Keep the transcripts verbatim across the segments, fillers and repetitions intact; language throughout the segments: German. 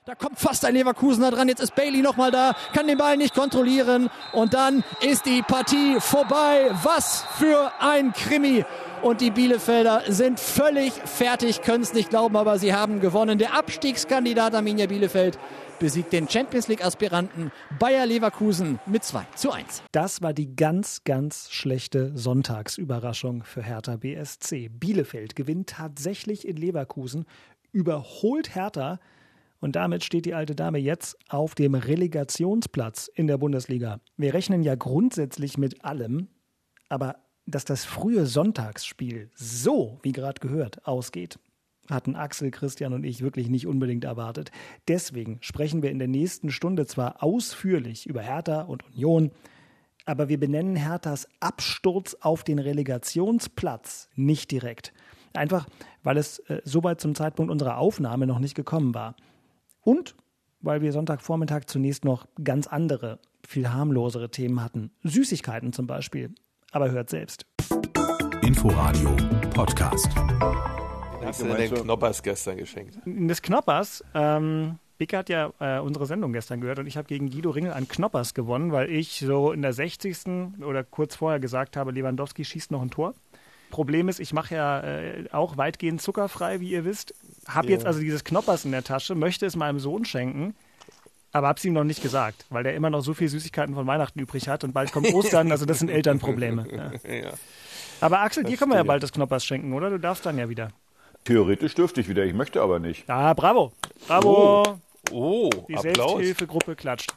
Da kommt fast ein Leverkusener dran, jetzt ist Bailey nochmal da, kann den Ball nicht kontrollieren und dann ist die Partie vorbei. Was für ein Krimi! Und die Bielefelder sind völlig fertig, können es nicht glauben, aber sie haben gewonnen. Der Abstiegskandidat Arminia Bielefeld besiegt den Champions-League-Aspiranten Bayer Leverkusen mit zwei zu eins. Das war die ganz, ganz schlechte Sonntagsüberraschung für Hertha B S C. Bielefeld gewinnt tatsächlich in Leverkusen, überholt Hertha. Und damit steht die alte Dame jetzt auf dem Relegationsplatz in der Bundesliga. Wir rechnen ja grundsätzlich mit allem, aber dass das frühe Sonntagsspiel so, wie gerade gehört, ausgeht, hatten Axel, Christian und ich wirklich nicht unbedingt erwartet. Deswegen sprechen wir in der nächsten Stunde zwar ausführlich über Hertha und Union, aber wir benennen Herthas Absturz auf den Relegationsplatz nicht direkt. Einfach, weil es äh, soweit zum Zeitpunkt unserer Aufnahme noch nicht gekommen war. Und weil wir Sonntagvormittag zunächst noch ganz andere, viel harmlosere Themen hatten. Süßigkeiten zum Beispiel. Aber hört selbst. Inforadio Podcast. Hast du denn den Knoppers gestern geschenkt? Des Knoppers, ähm, Big hat ja äh, unsere Sendung gestern gehört und ich habe gegen Guido Ringel an Knoppers gewonnen, weil ich so in der sechzigsten oder kurz vorher gesagt habe, Lewandowski schießt noch ein Tor. Problem ist, ich mache ja äh, auch weitgehend zuckerfrei, wie ihr wisst. Habe Ja. jetzt also dieses Knoppers in der Tasche, möchte es meinem Sohn schenken, aber habe es ihm noch nicht gesagt, weil der immer noch so viel Süßigkeiten von Weihnachten übrig hat und bald kommt Ostern, also das sind Elternprobleme. Ja. Ja. Aber Axel, dir können wir ja Verstehe. bald das Knoppers schenken, oder? Du darfst dann ja wieder. Theoretisch dürfte ich wieder, ich möchte aber nicht. Ja, bravo. Bravo. Oh, Die Applaus. Selbsthilfegruppe klatscht.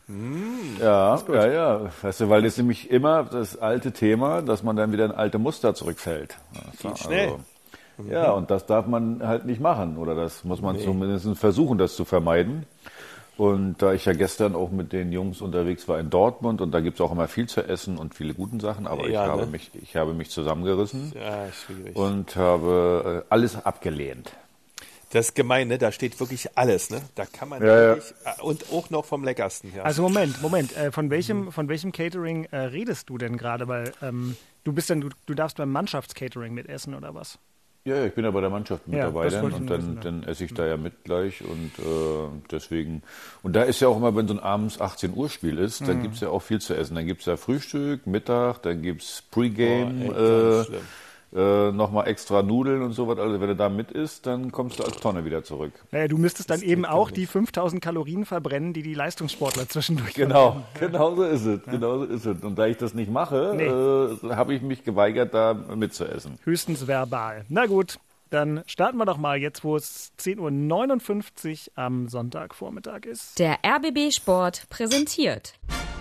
Ja, ja, ja. Weißt du, weil das nämlich immer das alte Thema, dass man dann wieder in alte Muster zurückfällt. Also, Geht schnell. Ja, und das darf man halt nicht machen. Oder das muss man Nee. zumindest versuchen, das zu vermeiden. Und da ich ja gestern auch mit den Jungs unterwegs war in Dortmund und da gibt es auch immer viel zu essen und viele guten Sachen, aber Ja, ich, habe ne? mich, ich habe mich zusammengerissen Ja, schwierig. und habe äh, alles abgelehnt. Das ist gemein, ne? Da steht wirklich alles, ne? Da kann man Ja, ja. wirklich, und auch noch vom Leckersten, ja. Also Moment, Moment. Äh, von welchem, von welchem Catering äh, redest du denn gerade? Weil ähm, du bist dann, du, du darfst beim Mannschaftscatering mitessen oder was? Ja, ja, ich bin ja bei der Mannschaft mit Ja, dabei das dann wollte ich und nur dann, wissen, ja. dann esse ich da ja mit gleich und äh, deswegen, und da ist ja auch immer, wenn so ein abends achtzehn Uhr Spiel ist, Mhm. dann gibt's ja auch viel zu essen. Dann gibt's ja Frühstück, Mittag, dann gibt's Pre-Game, Boah, ey, ganz äh, schlimm. äh, nochmal extra Nudeln und sowas. Also wenn du da mit isst, dann kommst du als Tonne wieder zurück. Naja, du müsstest dann Das eben geht auch doch die nicht. fünftausend Kalorien verbrennen, die die Leistungssportler zwischendurch Genau, genau so ist es, genau so ist es. Und da ich das nicht mache, Nee. äh, habe ich mich geweigert, da mitzuessen. Höchstens verbal. Na gut, dann starten wir doch mal jetzt, wo es zehn Uhr neunundfünfzig am Sonntagvormittag ist. Der R B B Sport präsentiert.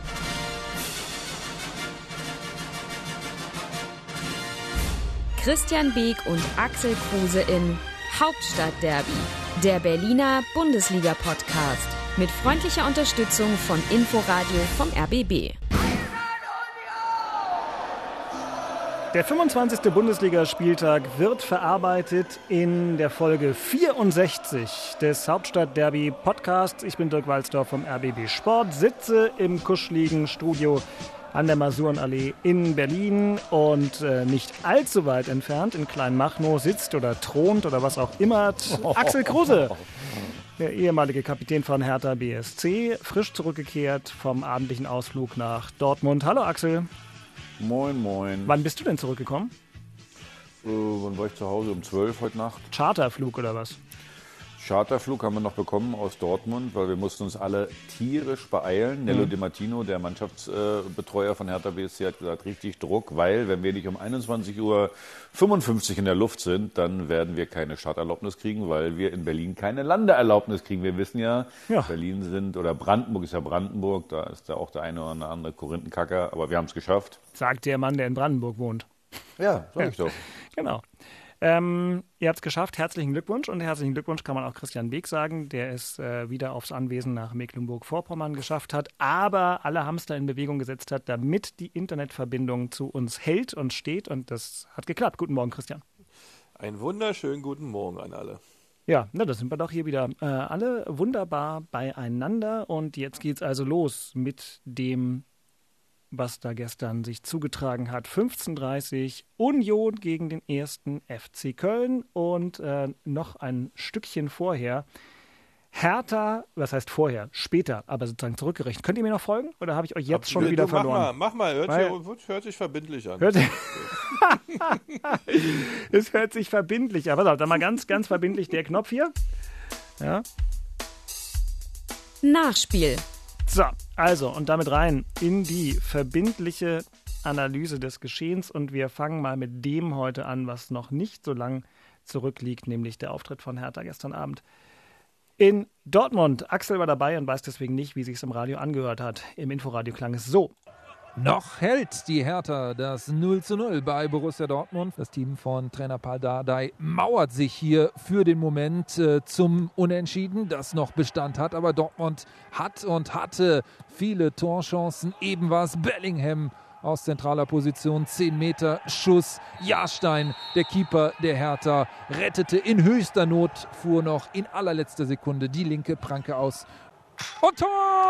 Christian Beek und Axel Kruse in Hauptstadtderby, der Berliner Bundesliga-Podcast. Mit freundlicher Unterstützung von Inforadio vom R B B. Der fünfundzwanzigste Bundesligaspieltag wird verarbeitet in der Folge vierundsechzig des Hauptstadtderby-Podcasts. Ich bin Dirk Walzdorf vom R B B Sport, sitze im kuscheligen Studio an der Masurenallee in Berlin und äh, nicht allzu weit entfernt in Kleinmachnow sitzt oder thront oder was auch immer Axel Kruse, der ehemalige Kapitän von Hertha B S C, frisch zurückgekehrt vom abendlichen Ausflug nach Dortmund. Hallo Axel, Moin, moin. wann bist du denn zurückgekommen? Äh, wann war ich zu Hause? Um zwölf heute Nacht. Charterflug oder was? Charterflug haben wir noch bekommen aus Dortmund, weil wir mussten uns alle tierisch beeilen. Nello Mhm. Di Martino, der Mannschaftsbetreuer von Hertha B S C, hat gesagt, richtig Druck, weil wenn wir nicht um einundzwanzig Uhr fünfundfünfzig in der Luft sind, dann werden wir keine Starterlaubnis kriegen, weil wir in Berlin keine Landeerlaubnis kriegen. Wir wissen ja, Ja. Berlin sind, oder Brandenburg ist ja Brandenburg, da ist ja auch der eine oder andere Korinthenkacker, aber wir haben es geschafft. Sagt der Mann, der in Brandenburg wohnt. Ja, sag ich doch. Genau. Ähm, ihr habt es geschafft. Herzlichen Glückwunsch. Und herzlichen Glückwunsch kann man auch Christian Beek sagen, der es äh, wieder aufs Anwesen nach Mecklenburg-Vorpommern geschafft hat, aber alle Hamster in Bewegung gesetzt hat, damit die Internetverbindung zu uns hält und steht. Und das hat geklappt. Guten Morgen, Christian. Einen wunderschönen guten Morgen an alle. Ja, na, da sind wir doch hier wieder äh, alle wunderbar beieinander. Und jetzt geht's also los mit dem, was da gestern sich zugetragen hat. fünfzehn Uhr dreißig, Union gegen den ersten F C Köln und äh, noch ein Stückchen vorher Hertha, was heißt vorher, später, aber sozusagen zurückgerechnet. Könnt ihr mir noch folgen oder habe ich euch jetzt schon du, wieder du, mach verloren? Mal, mach mal, hört, Weil, sich, hört sich verbindlich an. Hört, es hört sich verbindlich an. Pass auf, dann mal ganz, ganz verbindlich der Knopf hier. Ja. Nachspiel. So, also und damit rein in die verbindliche Analyse des Geschehens und wir fangen mal mit dem heute an, was noch nicht so lang zurückliegt, nämlich der Auftritt von Hertha gestern Abend in Dortmund. Axel war dabei und weiß deswegen nicht, wie sich es im Radio angehört hat. Im Inforadio klang es so. Noch hält die Hertha das null zu null bei Borussia Dortmund. Das Team von Trainer Pal Dardai mauert sich hier für den Moment äh, zum Unentschieden, das noch Bestand hat. Aber Dortmund hat und hatte viele Torchancen. Eben war es Bellingham aus zentraler Position, zehn Meter Schuss. Jahrstein, der Keeper der Hertha, rettete in höchster Not, fuhr noch in allerletzter Sekunde die linke Pranke aus. Und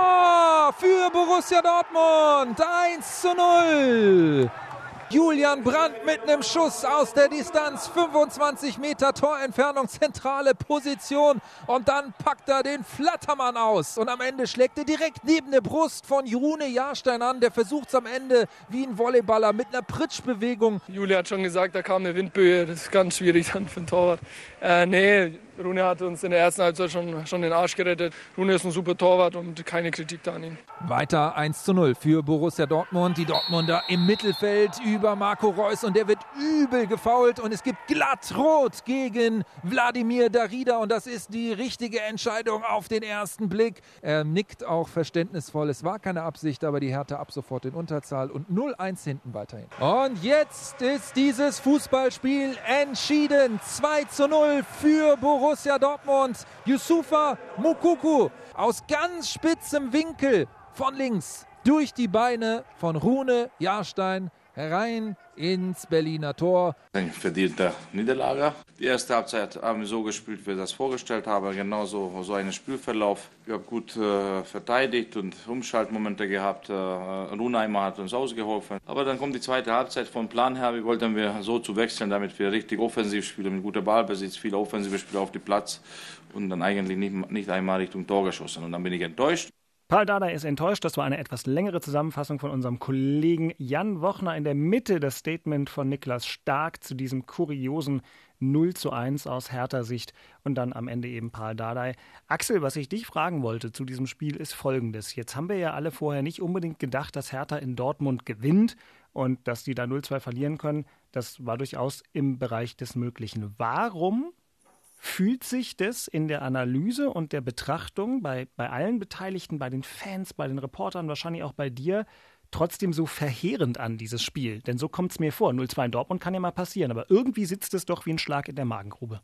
Tor für Borussia Dortmund, eins zu null. Julian Brandt mit einem Schuss aus der Distanz, fünfundzwanzig Meter Torentfernung, zentrale Position und dann packt er den Flattermann aus und am Ende schlägt er direkt neben der Brust von Rune Jahrstein an, der versucht es am Ende wie ein Volleyballer mit einer Pritschbewegung. Juli hat schon gesagt, da kam eine Windböe, das ist ganz schwierig dann für den Torwart. Äh, nee, Rune hat uns in der ersten Halbzeit schon, schon den Arsch gerettet. Rune ist ein super Torwart und keine Kritik da an ihn. Weiter eins zu null für Borussia Dortmund. Die Dortmunder im Mittelfeld über Marco Reus und der wird übel gefoult und es gibt glatt rot gegen Wladimir Darida und das ist die richtige Entscheidung auf den ersten Blick. Er nickt auch verständnisvoll. Es war keine Absicht, aber die Hertha ab sofort in Unterzahl und null eins hinten weiterhin. Und jetzt ist dieses Fußballspiel entschieden. zwei zu null für Borussia Dortmund. Youssoufa Moukoko aus ganz spitzem Winkel von links durch die Beine von Rune Jahrstein herein ins Berliner Tor. Eine verdiente Niederlage. Die erste Halbzeit haben wir so gespielt, wie wir das vorgestellt haben. Genauso so einen Spielverlauf. Wir haben gut äh, verteidigt und Umschaltmomente gehabt. Äh, Runheimer hat uns ausgeholfen. Aber dann kommt die zweite Halbzeit vom Plan her. Wir wollten wir so zu wechseln, damit wir richtig offensiv spielen, mit guter Ballbesitz, viele offensive Spieler auf den Platz und dann eigentlich nicht, nicht einmal Richtung Tor geschossen. Und dann bin ich enttäuscht. Pal Dardai ist enttäuscht. Das war eine etwas längere Zusammenfassung von unserem Kollegen Jan Wochner. In der Mitte das Statement von Niklas Stark zu diesem kuriosen null zu eins aus Hertha-Sicht und dann am Ende eben Pal Dardai. Axel, was ich dich fragen wollte zu diesem Spiel ist Folgendes. Jetzt haben wir ja alle vorher nicht unbedingt gedacht, dass Hertha in Dortmund gewinnt und dass die da null zwei verlieren können. Das war durchaus im Bereich des Möglichen. Warum fühlt sich das in der Analyse und der Betrachtung bei, bei allen Beteiligten, bei den Fans, bei den Reportern, wahrscheinlich auch bei dir, trotzdem so verheerend an, dieses Spiel? Denn so kommt es mir vor. null zwei in Dortmund kann ja mal passieren, aber irgendwie sitzt es doch wie ein Schlag in der Magengrube.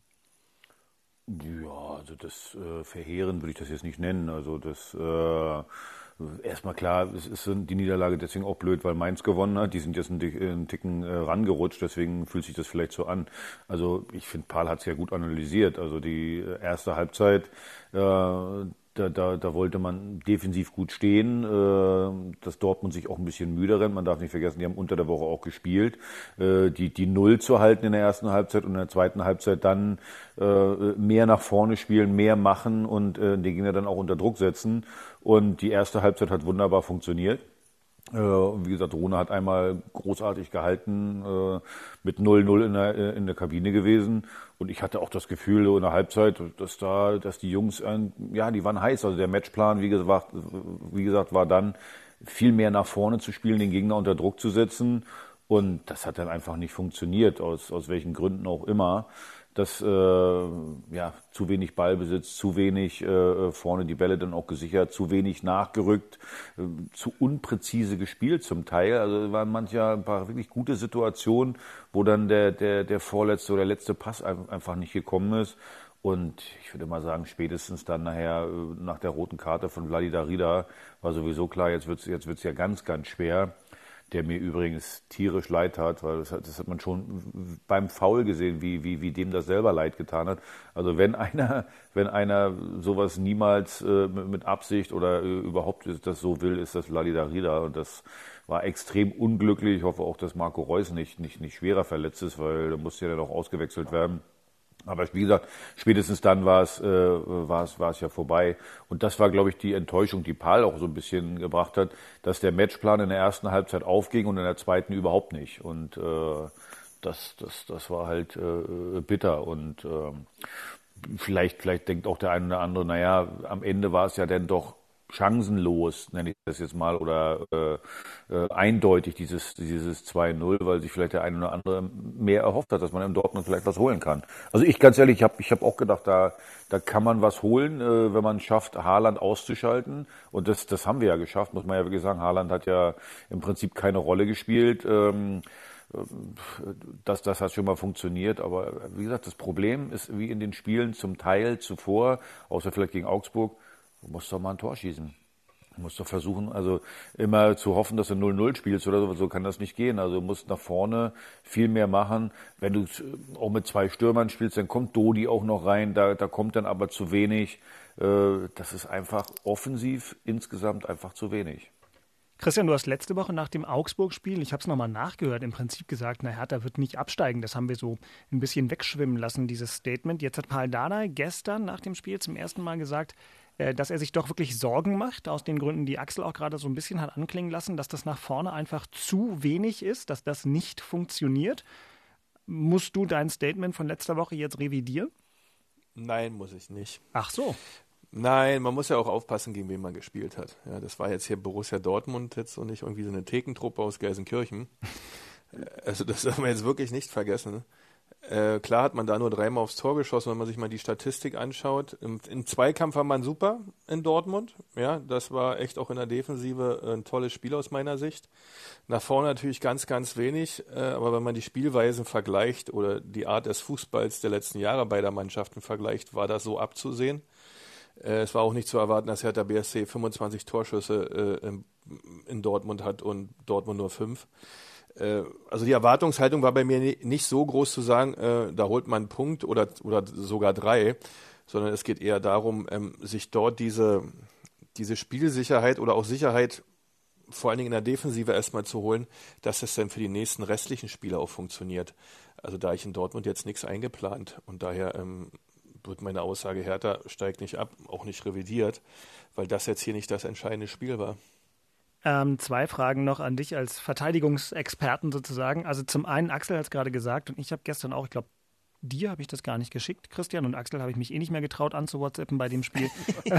Ja, also das äh, verheerend würde ich das jetzt nicht nennen. Also das äh, erstmal klar, es ist die Niederlage deswegen auch blöd, weil Mainz gewonnen hat. Die sind jetzt einen, einen Ticken äh, rangerutscht, deswegen fühlt sich das vielleicht so an. Also ich finde, Pal hat es ja gut analysiert. Also die erste Halbzeit, äh, Da, da, da wollte man defensiv gut stehen, äh, dass Dortmund sich auch ein bisschen müde rennt. Man darf nicht vergessen, die haben unter der Woche auch gespielt. Äh, die, die Null zu halten in der ersten Halbzeit und in der zweiten Halbzeit dann äh, mehr nach vorne spielen, mehr machen und äh, den Gegner dann auch unter Druck setzen. Und die erste Halbzeit hat wunderbar funktioniert. Äh, wie gesagt, Rune hat einmal großartig gehalten, äh, mit null null in der, in der Kabine gewesen. Und ich hatte auch das Gefühl in der Halbzeit, dass da, dass die Jungs, ein, ja, die waren heiß. Also der Matchplan, wie gesagt, wie gesagt, war dann viel mehr nach vorne zu spielen, den Gegner unter Druck zu setzen. Und das hat dann einfach nicht funktioniert, aus, aus welchen Gründen auch immer. Dass äh, ja, zu wenig Ballbesitz, zu wenig äh, vorne die Bälle dann auch gesichert, zu wenig nachgerückt, äh, zu unpräzise gespielt zum Teil. Also es waren manchmal ein paar wirklich gute Situationen, wo dann der, der, der vorletzte oder letzte Pass einfach nicht gekommen ist. Und ich würde mal sagen, spätestens dann nachher nach der roten Karte von Wladimir Darida war sowieso klar, jetzt wird's, jetzt wird's ja ganz, ganz schwer. Der mir übrigens tierisch leid hat, weil das hat, das hat man schon beim Foul gesehen, wie, wie, wie dem das selber leid getan hat. Also wenn einer, wenn einer sowas niemals äh, mit, mit Absicht oder äh, überhaupt das so will, ist das Wladimir Darida. Und das war extrem unglücklich. Ich hoffe auch, dass Marco Reus nicht, nicht, nicht schwerer verletzt ist, weil da musste ja dann auch ausgewechselt werden. Aber wie gesagt, spätestens dann war es, äh, war es, war es ja vorbei. Und das war, glaube ich, die Enttäuschung, die Pahl auch so ein bisschen gebracht hat, dass der Matchplan in der ersten Halbzeit aufging und in der zweiten überhaupt nicht. Und äh, das, das, das war halt äh, bitter. Und äh, vielleicht, vielleicht denkt auch der eine oder andere, naja, am Ende war es ja dann doch chancenlos, nenne ich das jetzt mal, oder äh, äh, eindeutig dieses dieses zwei null, weil sich vielleicht der eine oder andere mehr erhofft hat, dass man in Dortmund vielleicht was holen kann. Also ich ganz ehrlich, ich habe ich hab auch gedacht, da da kann man was holen, äh, wenn man es schafft, Haaland auszuschalten. Und das das haben wir ja geschafft, muss man ja wirklich sagen. Haaland hat ja im Prinzip keine Rolle gespielt. Ähm, Das, das hat schon mal funktioniert, aber wie gesagt, das Problem ist, wie in den Spielen zum Teil zuvor, außer vielleicht gegen Augsburg, du musst doch mal ein Tor schießen. Du musst doch versuchen, also immer zu hoffen, dass du null null spielst oder so, so kann das nicht gehen. Also du musst nach vorne viel mehr machen. Wenn du auch mit zwei Stürmern spielst, dann kommt Dodi auch noch rein, da, da kommt dann aber zu wenig. Das ist einfach offensiv insgesamt einfach zu wenig. Christian, du hast letzte Woche nach dem Augsburg-Spiel, ich habe es nochmal nachgehört, im Prinzip gesagt, na Hertha wird nicht absteigen. Das haben wir so ein bisschen wegschwimmen lassen, dieses Statement. Jetzt hat Paul Dardai gestern nach dem Spiel zum ersten Mal gesagt, dass er sich doch wirklich Sorgen macht, aus den Gründen, die Axel auch gerade so ein bisschen hat anklingen lassen, dass das nach vorne einfach zu wenig ist, dass das nicht funktioniert. Musst du dein Statement von letzter Woche jetzt revidieren? Nein, muss ich nicht. Ach so. Nein, man muss ja auch aufpassen, gegen wen man gespielt hat. Ja, das war jetzt hier Borussia Dortmund jetzt und nicht irgendwie so eine Thekentruppe aus Gelsenkirchen. Also das darf man jetzt wirklich nicht vergessen. Äh, klar hat man da nur dreimal aufs Tor geschossen, wenn man sich mal die Statistik anschaut. Im, im Zweikampf war man super in Dortmund. Ja, das war echt auch in der Defensive ein tolles Spiel aus meiner Sicht. Nach vorne natürlich ganz, ganz wenig. Äh, aber wenn man die Spielweisen vergleicht oder die Art des Fußballs der letzten Jahre beider Mannschaften vergleicht, war das so abzusehen. Es war auch nicht zu erwarten, dass Hertha B S C fünfundzwanzig Torschüsse äh, in, in Dortmund hat und Dortmund nur fünf. Äh, also die Erwartungshaltung war bei mir nie, nicht so groß zu sagen, äh, da holt man einen Punkt oder, oder sogar drei, sondern es geht eher darum, ähm, sich dort diese, diese Spielsicherheit oder auch Sicherheit vor allen Dingen in der Defensive erstmal zu holen, dass es dann für die nächsten restlichen Spiele auch funktioniert. Also da ich in Dortmund jetzt nichts eingeplant und daher ähm, wird meine Aussage, Hertha steigt nicht ab, auch nicht revidiert, weil das jetzt hier nicht das entscheidende Spiel war. Ähm, zwei Fragen noch an dich als Verteidigungsexperten sozusagen. Also zum einen, Axel hat es gerade gesagt und ich habe gestern auch, ich glaube, dir habe ich das gar nicht geschickt, Christian, und Axel habe ich mich eh nicht mehr getraut anzuwhatsappen bei dem Spiel.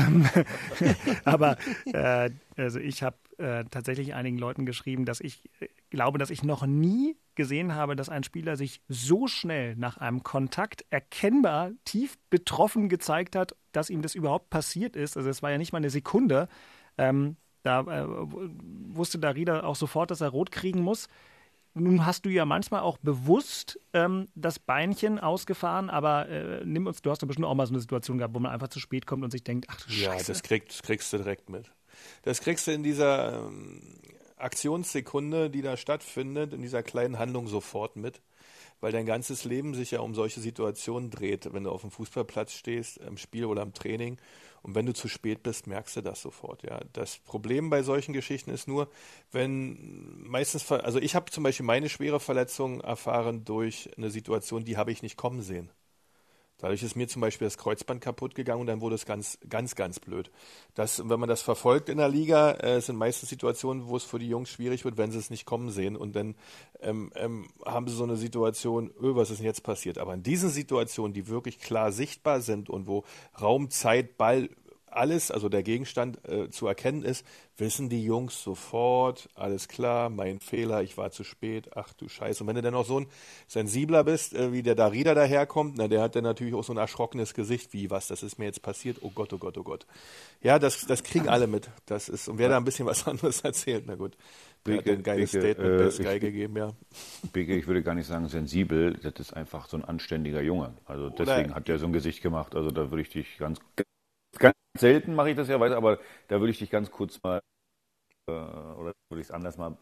Aber äh, also ich habe äh, tatsächlich einigen Leuten geschrieben, dass ich äh, glaube, dass ich noch nie gesehen habe, dass ein Spieler sich so schnell nach einem Kontakt erkennbar tief betroffen gezeigt hat, dass ihm das überhaupt passiert ist. Also es war ja nicht mal eine Sekunde. Ähm, da äh, wusste Darida auch sofort, dass er rot kriegen muss. Nun hast du ja manchmal auch bewusst ähm, das Beinchen ausgefahren, aber äh, nimm uns, du hast doch bestimmt auch mal so eine Situation gehabt, wo man einfach zu spät kommt und sich denkt, ach du Scheiße. Ja, das, krieg, das kriegst du direkt mit. Das kriegst du in dieser ähm, Aktionssekunde, die da stattfindet, in dieser kleinen Handlung sofort mit, weil dein ganzes Leben sich ja um solche Situationen dreht, wenn du auf dem Fußballplatz stehst, im Spiel oder im Training. Und wenn du zu spät bist, merkst du das sofort. Ja, das Problem bei solchen Geschichten ist nur, wenn meistens, also ich habe zum Beispiel meine schwere Verletzung erfahren durch eine Situation, die habe ich nicht kommen sehen. Dadurch ist mir zum Beispiel das Kreuzband kaputt gegangen und dann wurde es ganz, ganz, ganz blöd. Das, wenn man das verfolgt in der Liga, äh, sind meistens Situationen, wo es für die Jungs schwierig wird, wenn sie es nicht kommen sehen. Und dann ähm, ähm, haben sie so eine Situation, öh, was ist denn jetzt passiert? Aber in diesen Situationen, die wirklich klar sichtbar sind und wo Raum, Zeit, Ball, alles, also der Gegenstand äh, zu erkennen ist, wissen die Jungs sofort, alles klar, mein Fehler, ich war zu spät, ach du Scheiße. Und wenn du dann auch so ein sensibler bist, äh, wie der Darida daherkommt, na, der hat dann natürlich auch so ein erschrockenes Gesicht, wie, was, das ist mir jetzt passiert, oh Gott, oh Gott, oh Gott. Ja, das, das kriegen alle mit. Das ist, und wer da ein bisschen was anderes erzählt, na gut, der hat ein geiles Beke, Statement äh, bei Sky gegeben, ja. Beke, ich würde gar nicht sagen sensibel, das ist einfach so ein anständiger Junge. Also deswegen Oder, hat der so ein Gesicht gemacht. Also da würde ich dich ganz, ganz selten mache ich das ja weiter, aber da würde ich dich ganz kurz mal, äh, oder würde ich es anders mal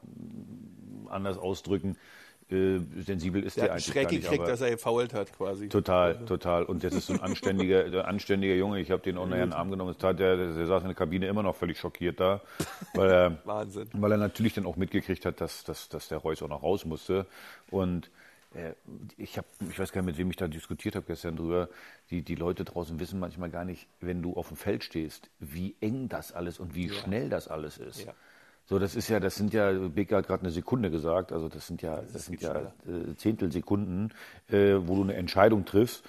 äh, anders ausdrücken, äh, sensibel ist der, der hat einen eigentlich Schreck gar nicht. gekriegt, Aber dass er gefoult hat quasi. total, total. Und das ist so ein anständiger, ein anständiger Junge. Ich habe den auch nachher in den Arm genommen. Das tat der, der saß in der Kabine immer noch völlig schockiert da, weil er, Wahnsinn. weil er natürlich dann auch mitgekriegt hat, dass, dass, dass der Reus auch noch raus musste. Und äh, ich, hab, ich weiß gar nicht, mit wem ich da diskutiert habe gestern drüber, die, die Leute draußen wissen manchmal gar nicht, wenn du auf dem Feld stehst, wie eng das alles und wie ja. schnell das alles ist. Ja. So, das ist ja, das sind ja, Beke hat gerade eine Sekunde gesagt, also das sind ja, das, das sind ja äh, Zehntelsekunden, äh, wo du eine Entscheidung triffst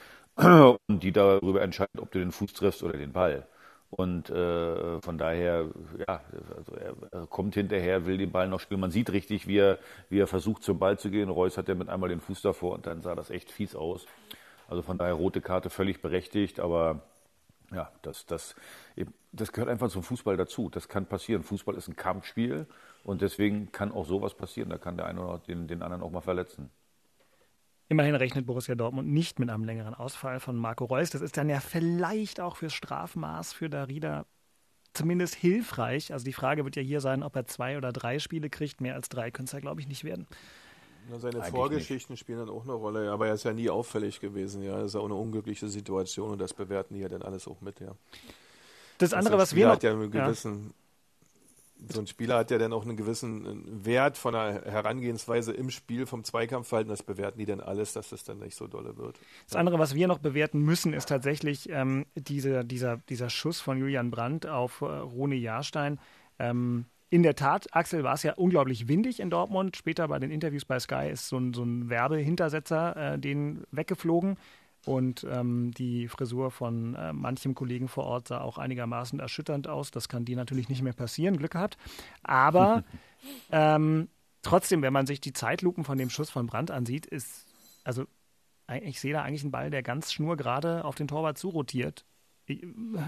und die darüber entscheidet, ob du den Fuß triffst oder den Ball. Und äh, von daher, ja, also er, er kommt hinterher, will den Ball noch spielen. Man sieht richtig, wie er, wie er versucht, zum Ball zu gehen. Reus hat ja mit einmal den Fuß davor und dann sah das echt fies aus. Also von daher rote Karte völlig berechtigt, aber ja, das, das, das gehört einfach zum Fußball dazu. Das kann passieren. Fußball ist ein Kampfspiel und deswegen kann auch sowas passieren. Da kann der eine oder den, den anderen auch mal verletzen. Immerhin rechnet Borussia Dortmund nicht mit einem längeren Ausfall von Marco Reus. Das ist dann ja vielleicht auch fürs Strafmaß für Darida zumindest hilfreich. Also die Frage wird ja hier sein, ob er zwei oder drei Spiele kriegt. Mehr als drei können es ja, glaube ich, nicht werden. Ja, seine Eigentlich Vorgeschichten nicht. spielen dann auch eine Rolle, aber er ist ja nie auffällig gewesen. Ja, das ist auch eine unglückliche Situation und das bewerten die ja dann alles auch mit. Ja. Das andere, was wir noch... Hat ja einen gewissen, ja. So ein Spieler hat ja dann auch einen gewissen Wert von der Herangehensweise im Spiel, vom Zweikampfverhalten. Das bewerten die dann alles, dass das dann nicht so dolle wird. Das andere, was wir noch bewerten müssen, ist tatsächlich ähm, diese, dieser, dieser Schuss von Julian Brandt auf äh, Rune Jahrstein. Ähm, in der Tat, Axel, war es ja unglaublich windig in Dortmund. Später bei den Interviews bei Sky ist so ein, so ein Werbehintersetzer äh, den weggeflogen. Und ähm, die Frisur von äh, manchem Kollegen vor Ort sah auch einigermaßen erschütternd aus. Das kann dir natürlich nicht mehr passieren, Glück gehabt. Aber ähm, trotzdem, wenn man sich die Zeitlupen von dem Schuss von Brandt ansieht, ist, also ich sehe da eigentlich einen Ball, der ganz schnurgerade auf den Torwart zurotiert. Ich,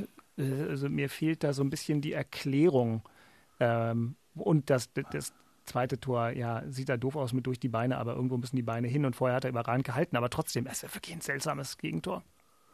also mir fehlt da so ein bisschen die Erklärung. Ähm, und das, das zweite Tor, ja, sieht da doof aus mit durch die Beine, aber irgendwo müssen die Beine hin und vorher hat er überragend gehalten, aber trotzdem, es ist ja wirklich ein seltsames Gegentor.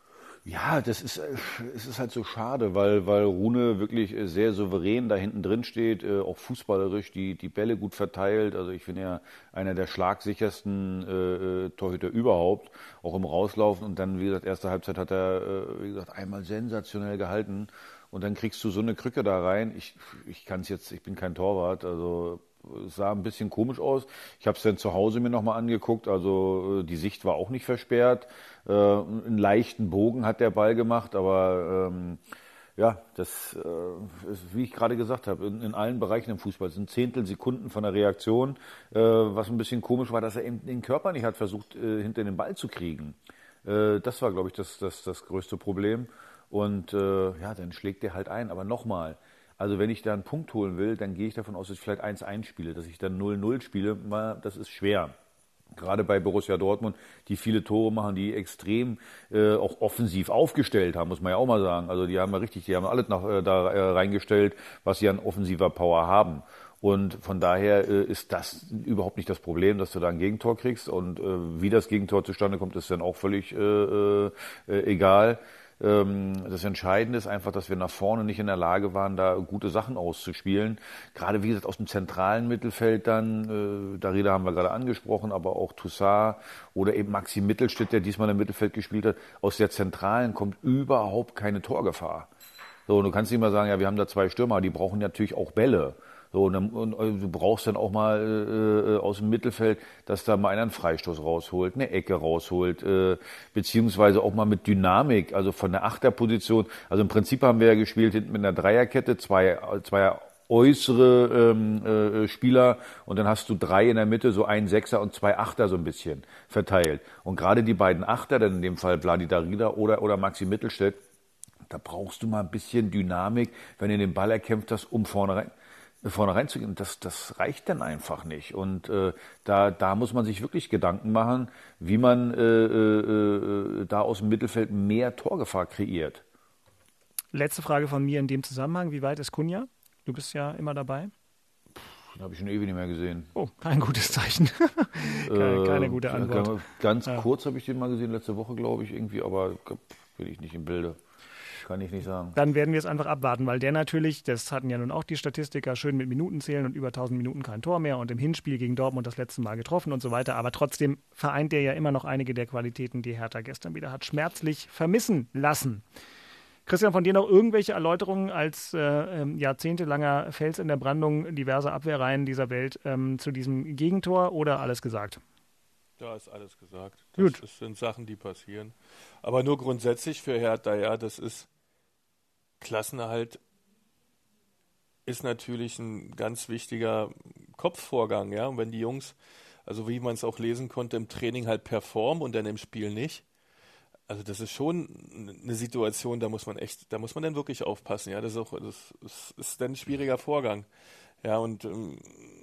Ja, das ist, es ist halt so schade, weil, weil Rune wirklich sehr souverän da hinten drin steht, auch fußballerisch die, die Bälle gut verteilt. Also ich finde ja einer der schlagsichersten äh, Torhüter überhaupt, auch im Rauslaufen. Und dann, wie gesagt, erste Halbzeit hat er, äh, wie gesagt, einmal sensationell gehalten. Und dann kriegst du so eine Krücke da rein. Ich, ich kann es jetzt, ich bin kein Torwart, also es sah ein bisschen komisch aus. Ich habe es dann zu Hause mir nochmal angeguckt. Also die Sicht war auch nicht versperrt. Äh, einen leichten Bogen hat der Ball gemacht, aber ähm, ja, das äh, ist, wie ich gerade gesagt habe, in, in allen Bereichen im Fußball. Es sind Zehntelsekunden von der Reaktion. Äh, was ein bisschen komisch war, dass er eben den Körper nicht hat versucht, äh, hinter den Ball zu kriegen. Äh, das war, glaube ich, das, das, das größte Problem. Und äh, ja, dann schlägt der halt ein. Aber nochmal, also wenn ich da einen Punkt holen will, dann gehe ich davon aus, dass ich vielleicht eins eins spiele. Dass ich dann null null spiele, das ist schwer. Gerade bei Borussia Dortmund, die viele Tore machen, die extrem äh, auch offensiv aufgestellt haben, muss man ja auch mal sagen. Also die haben ja richtig, die haben alles nach, äh, da äh, reingestellt, was sie an offensiver Power haben. Und von daher äh, ist das überhaupt nicht das Problem, dass du da ein Gegentor kriegst. Und äh, wie das Gegentor zustande kommt, ist dann auch völlig äh, äh, egal. Das Entscheidende ist einfach, dass wir nach vorne nicht in der Lage waren, da gute Sachen auszuspielen. Gerade, wie gesagt, aus dem zentralen Mittelfeld dann, äh, Darida haben wir gerade angesprochen, aber auch Toussaint oder eben Maxi Mittelstädt, der diesmal im Mittelfeld gespielt hat. Aus der Zentralen kommt überhaupt keine Torgefahr. So, und du kannst nicht mal sagen, ja, wir haben da zwei Stürmer, die brauchen natürlich auch Bälle. So, und, dann, und du brauchst dann auch mal äh, aus dem Mittelfeld, dass da mal einer einen Freistoß rausholt, eine Ecke rausholt, äh, beziehungsweise auch mal mit Dynamik, also von der Achterposition. Also im Prinzip haben wir ja gespielt hinten mit einer Dreierkette, zwei, zwei äußere ähm, äh, Spieler und dann hast du drei in der Mitte, so ein Sechser und zwei Achter so ein bisschen verteilt. Und gerade die beiden Achter, dann in dem Fall Vladi Darida oder, oder Maxi Mittelstädt, da brauchst du mal ein bisschen Dynamik, wenn du den Ball erkämpft hast, um vorne rein vorne reinzugehen, das, das reicht dann einfach nicht. Und äh, da, da muss man sich wirklich Gedanken machen, wie man äh, äh, da aus dem Mittelfeld mehr Torgefahr kreiert. Letzte Frage von mir in dem Zusammenhang. Wie weit ist Cunha? Du bist ja immer dabei. Den habe ich schon ewig nicht mehr gesehen. Oh, kein gutes Zeichen. keine, keine gute Antwort. Äh, ganz ja. kurz habe ich den mal gesehen, letzte Woche, glaube ich, irgendwie, aber bin ich nicht im Bilde. Kann ich nicht sagen. Dann werden wir es einfach abwarten, weil der natürlich, das hatten ja nun auch die Statistiker, schön mit Minuten zählen und über tausend Minuten kein Tor mehr und im Hinspiel gegen Dortmund das letzte Mal getroffen und so weiter. Aber trotzdem vereint der ja immer noch einige der Qualitäten, die Hertha gestern wieder hat schmerzlich vermissen lassen. Christian, von dir noch irgendwelche Erläuterungen als äh, jahrzehntelanger Fels in der Brandung diverser Abwehrreihen dieser Welt ähm, zu diesem Gegentor oder alles gesagt? Da ist alles gesagt. Das, Gut. das sind Sachen, die passieren. Aber nur grundsätzlich für Hertha, ja, das ist Klassenerhalt ist natürlich ein ganz wichtiger Kopfvorgang, ja. Und wenn die Jungs, also wie man es auch lesen konnte, im Training halt performen und dann im Spiel nicht, also das ist schon eine Situation, da muss man echt, da muss man dann wirklich aufpassen, ja. Das ist auch, das ist, ist dann ein schwieriger Vorgang. Ja, und ähm,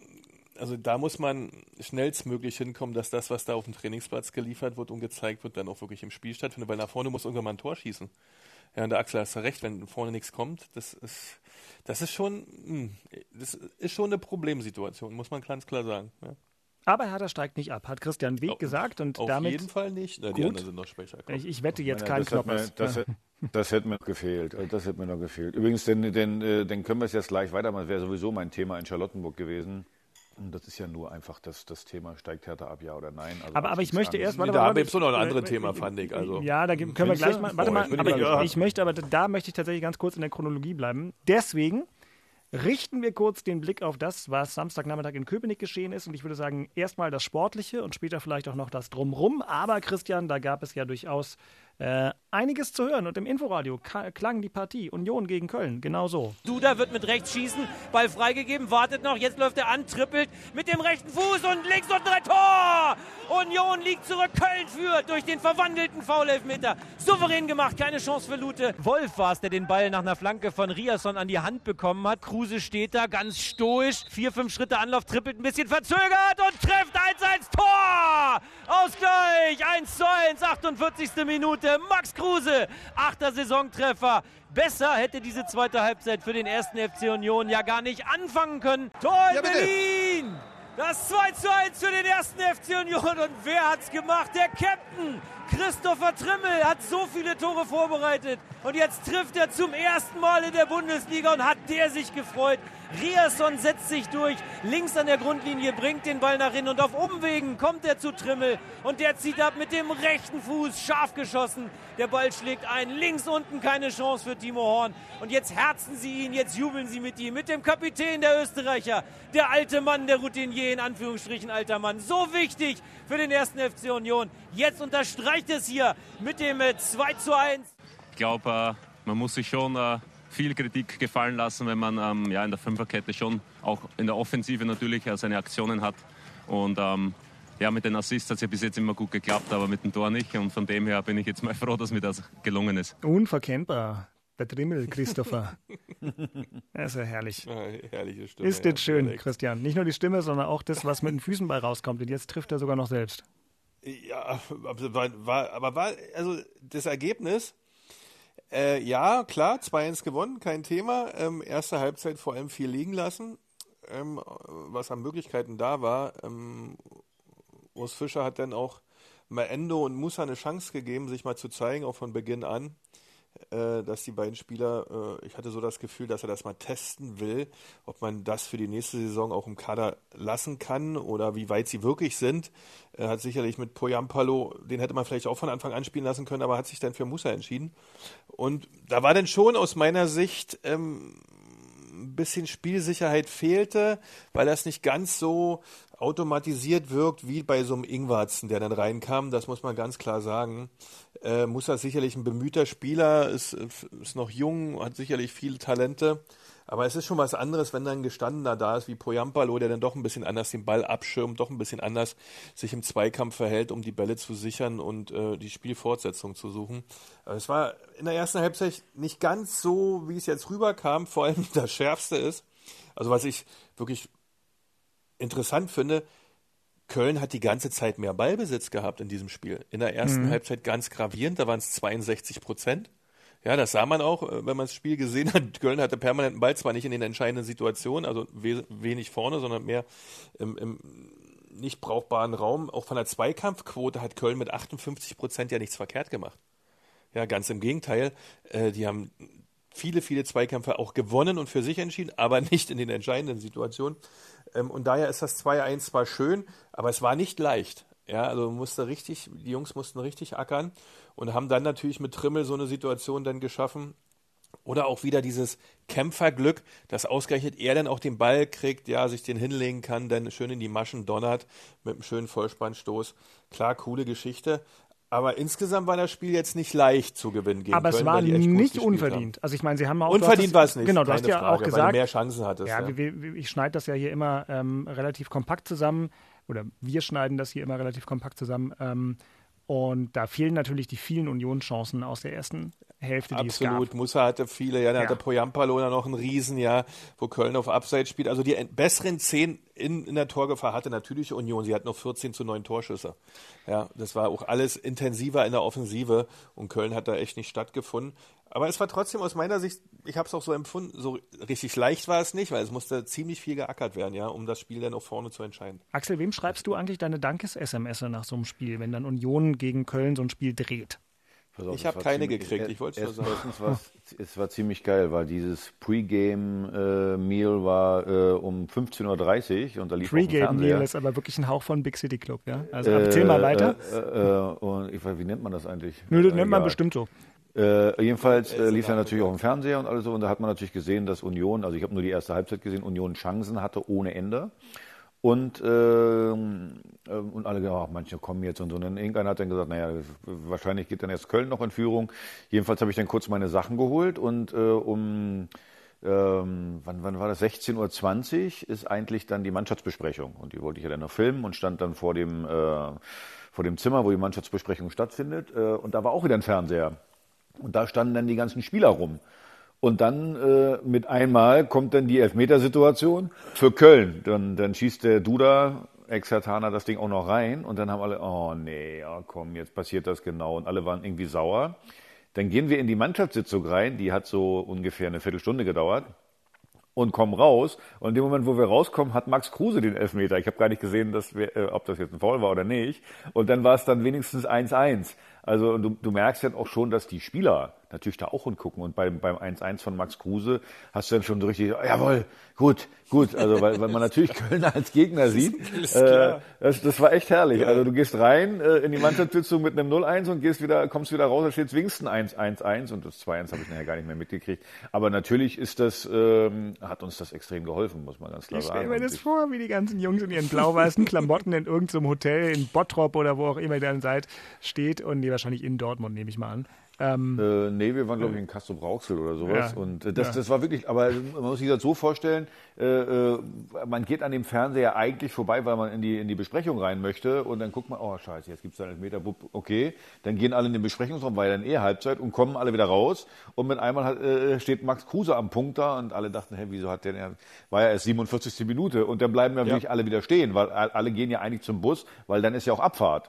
also da muss man schnellstmöglich hinkommen, dass das, was da auf dem Trainingsplatz geliefert wird und gezeigt wird, dann auch wirklich im Spiel stattfindet, weil nach vorne muss irgendwann mal ein Tor schießen. Ja, und der Axel hast du recht, wenn vorne nichts kommt, das ist, das ist schon, das ist schon eine Problemsituation, muss man ganz klar sagen. Ja. Aber Hertha steigt nicht ab, hat Christian Weg Auf- gesagt. Und Auf damit, jeden Fall nicht. Na, die Gut. anderen sind noch schwächer. Komm. ich, ich wette jetzt Ja, keinen das hat mir, Knoppers. das, Ja. das hätte mir noch gefehlt. Also Das hätte mir noch gefehlt. Übrigens, den, den, äh, den können wir es jetzt gleich weitermachen. Das wäre sowieso mein Thema in Charlottenburg gewesen. Und das ist ja nur einfach das, das Thema, steigt Hertha ab, ja oder nein. Also Aber, aber ich möchte erst, warte da mal, haben wir jetzt noch ein äh, anderes äh, Thema, äh, fand ich. Also. Ja, da können wir Findest gleich du? mal, warte Oh, mal, ich bin aber mal ich, gespannt. ich möchte, aber da möchte ich tatsächlich ganz kurz in der Chronologie bleiben. Deswegen richten wir kurz den Blick auf das, was Samstagnachmittag in Köpenick geschehen ist. Und ich würde sagen, erstmal das Sportliche und später vielleicht auch noch das Drumrum. Aber Christian, da gab es ja durchaus äh, einiges zu hören. Und im Inforadio ka- klang die Partie Union gegen Köln genau so. Duda wird mit rechts schießen, Ball freigegeben, wartet noch, jetzt läuft er an, trippelt mit dem rechten Fuß und links und drei Tor! Union liegt zurück, Köln führt durch den verwandelten Foul-Elfmeter. Souverän gemacht, keine Chance für Lute. Wolf war es, der den Ball nach einer Flanke von Riasson an die Hand bekommen hat. Kruse steht da, ganz stoisch, vier, fünf Schritte Anlauf, trippelt ein bisschen verzögert und trifft eins eins Tor! Ausgleich, eins zu eins, achtundvierzigste Minute, Max Kruse, achter Saisontreffer. Besser hätte diese zweite Halbzeit für den ersten F C Union ja gar nicht anfangen können. Tor in Ja, bitte. Berlin! Das zwei zu eins für den ersten F C Union. Und wer hat's gemacht? Der Captain! Christopher Trimmel hat so viele Tore vorbereitet. Und jetzt trifft er zum ersten Mal in der Bundesliga und hat der sich gefreut. Riasson setzt sich durch, links an der Grundlinie, bringt den Ball nach innen und auf Umwegen kommt er zu Trimmel. Und der zieht ab mit dem rechten Fuß, scharf geschossen. Der Ball schlägt ein, links unten keine Chance für Timo Horn. Und jetzt herzen sie ihn, jetzt jubeln sie mit ihm, mit dem Kapitän der Österreicher. Der alte Mann, der Routinier, in Anführungsstrichen alter Mann. So wichtig für den ersten F C Union. Jetzt unterstreicht es hier mit dem äh, zwei zu eins. Ich glaube, äh, man muss sich schon äh, viel Kritik gefallen lassen, wenn man ähm, ja, in der Fünferkette schon auch in der Offensive natürlich äh, seine Aktionen hat. Und ähm, ja, mit den Assists hat es ja bis jetzt immer gut geklappt, aber mit dem Tor nicht. Und von dem her bin ich jetzt mal froh, dass mir das gelungen ist. Unverkennbar. Der Trimmel, Christopher. Das ist ja herrlich. Ja, herrliche Stimme. Ist das ja, schön, Alex. Christian. Nicht nur die Stimme, sondern auch das, was mit den Füßen bei rauskommt. Und jetzt trifft er sogar noch selbst. Ja, aber war, war, aber war, also das Ergebnis, äh, ja, klar, zwei eins gewonnen, kein Thema. Ähm, erste Halbzeit vor allem viel liegen lassen, ähm, was an Möglichkeiten da war. Ähm, Urs Fischer hat dann auch Maendo und Musa eine Chance gegeben, sich mal zu zeigen, auch von Beginn an, äh, dass die beiden Spieler, äh, ich hatte so das Gefühl, dass er das mal testen will, ob man das für die nächste Saison auch im Kader lassen kann oder wie weit sie wirklich sind. Er hat sicherlich mit Poyampalo, den hätte man vielleicht auch von Anfang an spielen lassen können, aber hat sich dann für Musa entschieden. Und da war dann schon aus meiner Sicht ähm, ein bisschen Spielsicherheit fehlte, weil das nicht ganz so automatisiert wirkt wie bei so einem Ingwarzen, der dann reinkam. Das muss man ganz klar sagen. Äh, Musa ist sicherlich ein bemühter Spieler, ist, ist noch jung, hat sicherlich viele Talente. Aber es ist schon was anderes, wenn dann ein Gestandener da ist wie Poyampalo, der dann doch ein bisschen anders den Ball abschirmt, doch ein bisschen anders sich im Zweikampf verhält, um die Bälle zu sichern und äh, die Spielfortsetzung zu suchen. Aber es war in der ersten Halbzeit nicht ganz so, wie es jetzt rüberkam. Vor allem das Schärfste ist, also was ich wirklich interessant finde, Köln hat die ganze Zeit mehr Ballbesitz gehabt in diesem Spiel. In der ersten Mhm. Halbzeit ganz gravierend, da waren es zweiundsechzig Prozent. Ja, das sah man auch, wenn man das Spiel gesehen hat. Köln hatte permanenten Ball, zwar nicht in den entscheidenden Situationen, also we- wenig vorne, sondern mehr im, im nicht brauchbaren Raum. Auch von der Zweikampfquote hat Köln mit achtundfünfzig Prozent ja nichts verkehrt gemacht. Ja, ganz im Gegenteil. Äh, die haben viele, viele Zweikämpfe auch gewonnen und für sich entschieden, aber nicht in den entscheidenden Situationen. Ähm, und daher ist das zwei eins zwar schön, aber es war nicht leicht. Ja, also musste richtig, die Jungs mussten richtig ackern und haben dann natürlich mit Trimmel so eine Situation dann geschaffen, Oder auch wieder dieses Kämpferglück, dass ausgerechnet er dann auch den Ball kriegt, ja, sich den hinlegen kann, dann schön in die Maschen donnert mit einem schönen Vollspannstoß. Klar, coole Geschichte. Aber insgesamt war das Spiel jetzt nicht leicht zu gewinnen gegen Aber Köln, es war weil die echt nicht gut unverdient. Haben. Also ich meine, sie haben auch... Unverdient war es nicht. Genau, du hast ja Frage, auch gesagt... weil du mehr Chancen hattest. Ja, Ja. wie, wie, ich schneide das ja hier immer ähm, relativ kompakt zusammen. Oder wir schneiden das hier immer relativ kompakt zusammen. Ähm, und da fehlen natürlich die vielen Unionschancen aus der ersten Hälfte, die Absolut. es gab. Musa hatte viele, ja, dann Ja. hatte Poyampalo noch einen Riesen, ja, wo Köln auf Abseits spielt. Also die besseren zehn in, in der Torgefahr hatte natürlich Union. Sie hat noch vierzehn zu neun Torschüsse. Ja, das war auch alles intensiver in der Offensive und Köln hat da echt nicht stattgefunden. Aber es war trotzdem aus meiner Sicht, ich habe es auch so empfunden, so richtig leicht war es nicht, weil es musste ziemlich viel geackert werden, ja, um das Spiel dann auch vorne zu entscheiden. Axel, wem schreibst du eigentlich deine Dankes-S M S nach so einem Spiel, wenn dann Union gegen Köln so ein Spiel dreht? Auf, ich habe keine ziemlich, gekriegt, ich wollte es nur sagen. Erstens war es war ziemlich geil, weil dieses Pre-Game-Meal äh, war äh, um fünfzehn Uhr dreißig und da lief Pre-Game-Meal ist aber wirklich ein Hauch von Big City Club, ja? Also äh, erzähl mal weiter. Äh, äh, und ich weiß, wie nennt man das eigentlich? Nö, das äh, nennt man bestimmt so. Äh, jedenfalls äh, lief er natürlich auch im Fernseher und alles so und da hat man natürlich gesehen, dass Union, also ich habe nur die erste Halbzeit gesehen, Union Chancen hatte ohne Ende. Und, äh, und alle gesagt, ach, manche kommen jetzt und so. Und dann irgendeiner hat dann gesagt, naja, wahrscheinlich geht dann erst Köln noch in Führung. Jedenfalls habe ich dann kurz meine Sachen geholt und äh, um, ähm, wann, wann war das, sechzehn Uhr zwanzig ist eigentlich dann die Mannschaftsbesprechung. Und die wollte ich ja dann noch filmen und stand dann vor dem, äh, vor dem Zimmer, wo die Mannschaftsbesprechung stattfindet. Äh, und da war auch wieder ein Fernseher. Und da standen dann die ganzen Spieler rum. Und dann äh, mit einmal kommt dann die Elfmetersituation für Köln. Dann, dann schießt der Duda, Ex-Hertaner, das Ding auch noch rein. Und dann haben alle, oh nee, ja komm, jetzt passiert das genau. Und alle waren irgendwie sauer. Dann gehen wir in die Mannschaftssitzung rein. Die hat so ungefähr eine Viertelstunde gedauert. Und kommen raus. Und in dem Moment, wo wir rauskommen, hat Max Kruse den Elfmeter. Ich habe gar nicht gesehen, dass wir, äh, ob das jetzt ein Foul war oder nicht. Und dann war es dann wenigstens eins eins. Also du, du merkst dann auch schon, dass die Spieler natürlich da auch hingucken. Und beim, beim eins eins von Max Kruse hast du dann schon so richtig, jawohl, gut, gut. Also weil, weil man natürlich Köln als Gegner sieht. Äh, das, das war echt herrlich. Ja. Also du gehst rein äh, in die Mannschaftssitzung mit einem null eins und gehst wieder, kommst wieder raus, da steht wenigstens eins eins und das zwei eins habe ich nachher gar nicht mehr mitgekriegt. Aber natürlich ist das, ähm, hat uns das extrem geholfen, muss man ganz klar ich sagen. Ich stelle mir das vor, wie die ganzen Jungs in ihren blau-weißen Klamotten in irgendeinem Hotel in Bottrop oder wo auch immer ihr dann seid, steht und die wahrscheinlich in Dortmund, nehme ich mal an. Ähm, äh, nee, wir waren, glaube ich, in Castrop-Rauxel oder sowas. Ja, und äh, das, ja. das war wirklich, aber man muss sich das so vorstellen, äh, äh, man geht an dem Fernseher eigentlich vorbei, weil man in die, in die Besprechung rein möchte und dann guckt man, oh scheiße, jetzt gibt es da einen Elfmeter, okay. Dann gehen alle in den Besprechungsraum, weil dann eh Halbzeit und kommen alle wieder raus und mit einmal hat, äh, steht Max Kruse am Punkt da und alle dachten, hey, wieso hat der, der war ja erst siebenundvierzigste Minute und dann bleiben natürlich ja. alle wieder stehen, weil alle gehen ja eigentlich zum Bus, weil dann ist ja auch Abfahrt.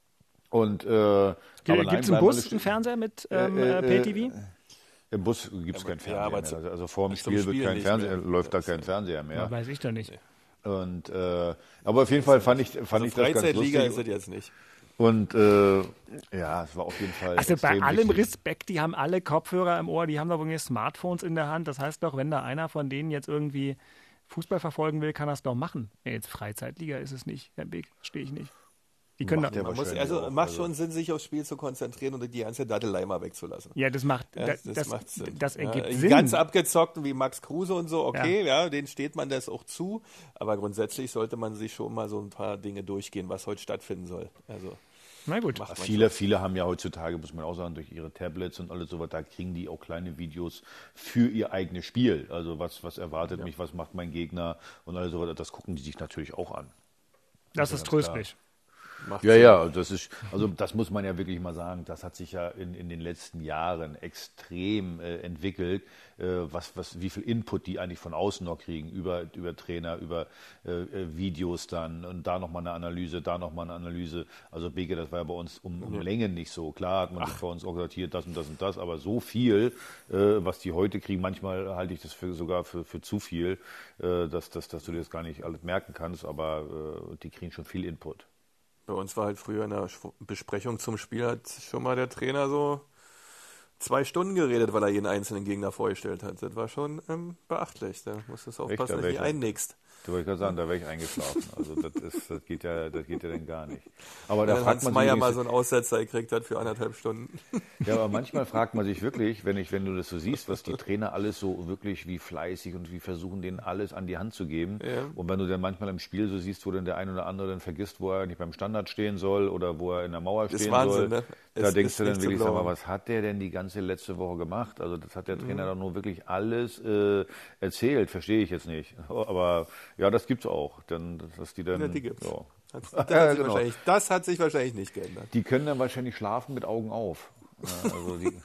Und äh, Gibt es im Bus einen Fernseher mit ähm, äh, äh, Pay-T V? Im Bus gibt es keinen Fernseher ja, mehr. zu, also, also vor dem Spiel, Spiel wird kein Fernseher, mehr. läuft da kein Fernseher mehr. Ja, weiß ich doch nicht. Und äh, aber auf jeden Fall fand ich, fand also ich das ganz lustig. Freizeitliga ist es jetzt nicht. Und äh, ja, es war auf jeden Fall. Also bei allem wichtig. Respekt, die haben alle Kopfhörer im Ohr, die haben doch irgendwie Smartphones in der Hand. Das heißt doch, wenn da einer von denen jetzt irgendwie Fußball verfolgen will, kann er es doch machen. Ja, jetzt Freizeitliga ist es nicht, Herr Beek, verstehe ich nicht. Die können Macht da, Man muss, also macht schon Sinn, sich aufs Spiel zu konzentrieren und die ganze Dattelei mal wegzulassen. Ja, das macht, ja, das, das, das, macht Sinn. das ergibt ja, Sinn. Ganz abgezockten wie Max Kruse und so, okay, ja. Ja. ja, denen steht man das auch zu, aber grundsätzlich sollte man sich schon mal so ein paar Dinge durchgehen, was heute stattfinden soll. Also Na gut. Viele, viele haben ja heutzutage, muss man auch sagen, durch ihre Tablets und alles so was, da kriegen die auch kleine Videos für ihr eigenes Spiel. Also was, was erwartet ja. mich, was macht mein Gegner und alles so was, das gucken die sich natürlich auch an. Das, das ist tröstlich. Klar. Ja, ja, das ist, also das muss man ja wirklich mal sagen, das hat sich ja in, in den letzten Jahren extrem äh, entwickelt, äh, was, was, wie viel Input die eigentlich von außen noch kriegen, über, über Trainer, über äh, Videos dann und da nochmal eine Analyse, da nochmal eine Analyse. Also Beke, das war ja bei uns um, um ja. Längen nicht so. Klar hat man Ach. sich bei uns auch gesagt, hier das und das und das, aber so viel, äh, was die heute kriegen, manchmal halte ich das für, sogar für, für zu viel, äh, dass, dass, dass du dir das gar nicht alles merken kannst, aber äh, die kriegen schon viel Input. Bei uns war halt früher in der Besprechung zum Spiel hat schon mal der Trainer so zwei Stunden geredet, weil er jeden einzelnen Gegner vorgestellt hat. Das war schon ähm, beachtlich. Da musst du aufpassen, dass du nicht einnickst. Da wollte ich gerade sagen, da wäre ich eingeschlafen. Also das, ist, das, geht ja, das geht ja dann gar nicht. Aber da Wenn fragt Hans man Meyer sich, mal so einen Aussetzer gekriegt hat für anderthalb Stunden. Ja, aber manchmal fragt man sich wirklich, wenn, ich, wenn du das so siehst, was die Trainer alles so wirklich wie fleißig und wie versuchen, denen alles an die Hand zu geben. Ja. Und wenn du dann manchmal im Spiel so siehst, wo dann der ein oder andere dann vergisst, wo er nicht beim Standard stehen soll oder wo er in der Mauer stehen Wahnsinn, soll, ne? da Es denkst du dann wirklich, sag mal, glauben. was hat der denn die ganze letzte Woche gemacht? Also das hat der Trainer mhm. doch nur wirklich alles äh, erzählt, verstehe ich jetzt nicht. Aber ja, das gibt's auch. Dann, dass die dann, Ja, die gibt's. Ja. Das, das, Ja, hat sich genau. wahrscheinlich, das hat sich wahrscheinlich nicht geändert. Die können dann wahrscheinlich schlafen mit Augen auf. Ja, also die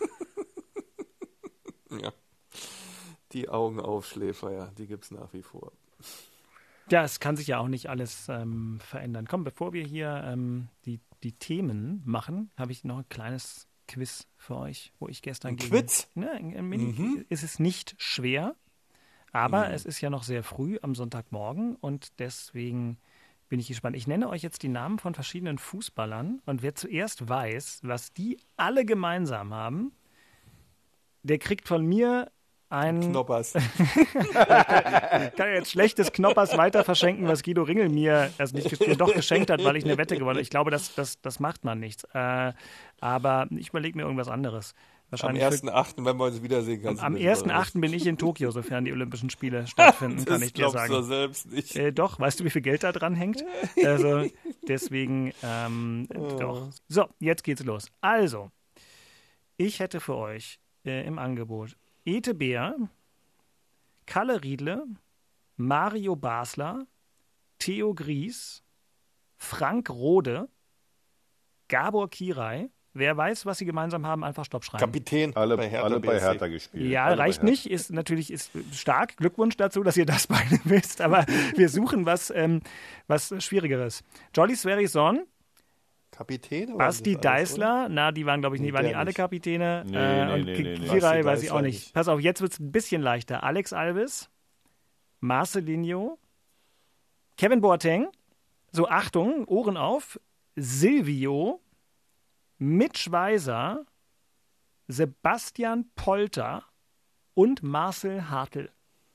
Ja. Die Augenaufschläfer, ja, die gibt's nach wie vor. Ja, es kann sich ja auch nicht alles ähm, verändern. Komm, bevor wir hier ähm, die, die Themen machen, habe ich noch ein kleines Quiz für euch, wo ich gestern Ein gegen... Quiz? Ne, ein, ein Mini, Mhm. Es ist nicht schwer, aber Mhm. es ist ja noch sehr früh am Sonntagmorgen und deswegen bin ich gespannt. Ich nenne euch jetzt die Namen von verschiedenen Fußballern und wer zuerst weiß, was die alle gemeinsam haben, der kriegt von mir ein... Knoppers. Ich kann ja jetzt schlechtes Knoppers weiter verschenken, was Guido Ringel mir erst nicht ges- doch geschenkt hat, weil ich eine Wette gewonnen habe. Ich glaube, das, das, das macht man nichts. Äh, aber ich überlege mir irgendwas anderes. Am Wahrscheinlich ersten achten, wenn wir uns wiedersehen, für, kannst du am mir ersten überraschen. achten bin ich in Tokio, sofern die Olympischen Spiele stattfinden, kann Das ich dir glaubst sagen. du selbst nicht. Äh, doch, weißt du, wie viel Geld da dran hängt? Also deswegen, ähm, Oh. doch. So, jetzt geht's los. Also, ich hätte für euch äh, im Angebot Ete Beer, Kalle Riedle, Mario Basler, Theo Gries, Frank Rode, Gabor Kirai. Wer weiß, was sie gemeinsam haben, einfach Stopp schreiben. Kapitän alle bei Hertha alle bei B S C. Hertha gespielt. Ja, alle bei reicht Hertha. nicht, ist natürlich ist stark. Glückwunsch dazu, dass ihr das beide wisst, aber wir suchen was, ähm, was Schwierigeres. Jolly Sverrisson, Kapitän? oder Basti nicht alles, oder? Deißler, na, die waren, glaube ich, Nee, nie, waren die der alle nicht. Kapitäne. Nee, äh, nee, und nee, Ki- nee, nee. Kirai Basti weiß ich auch Deißler nicht. nicht. Pass auf, jetzt wird es ein bisschen leichter. Alex Alves, Marcelinho, Kevin Boateng, so Achtung, Ohren auf, Silvio, Mitch Weiser, Sebastian Polter und Marcel Hartl.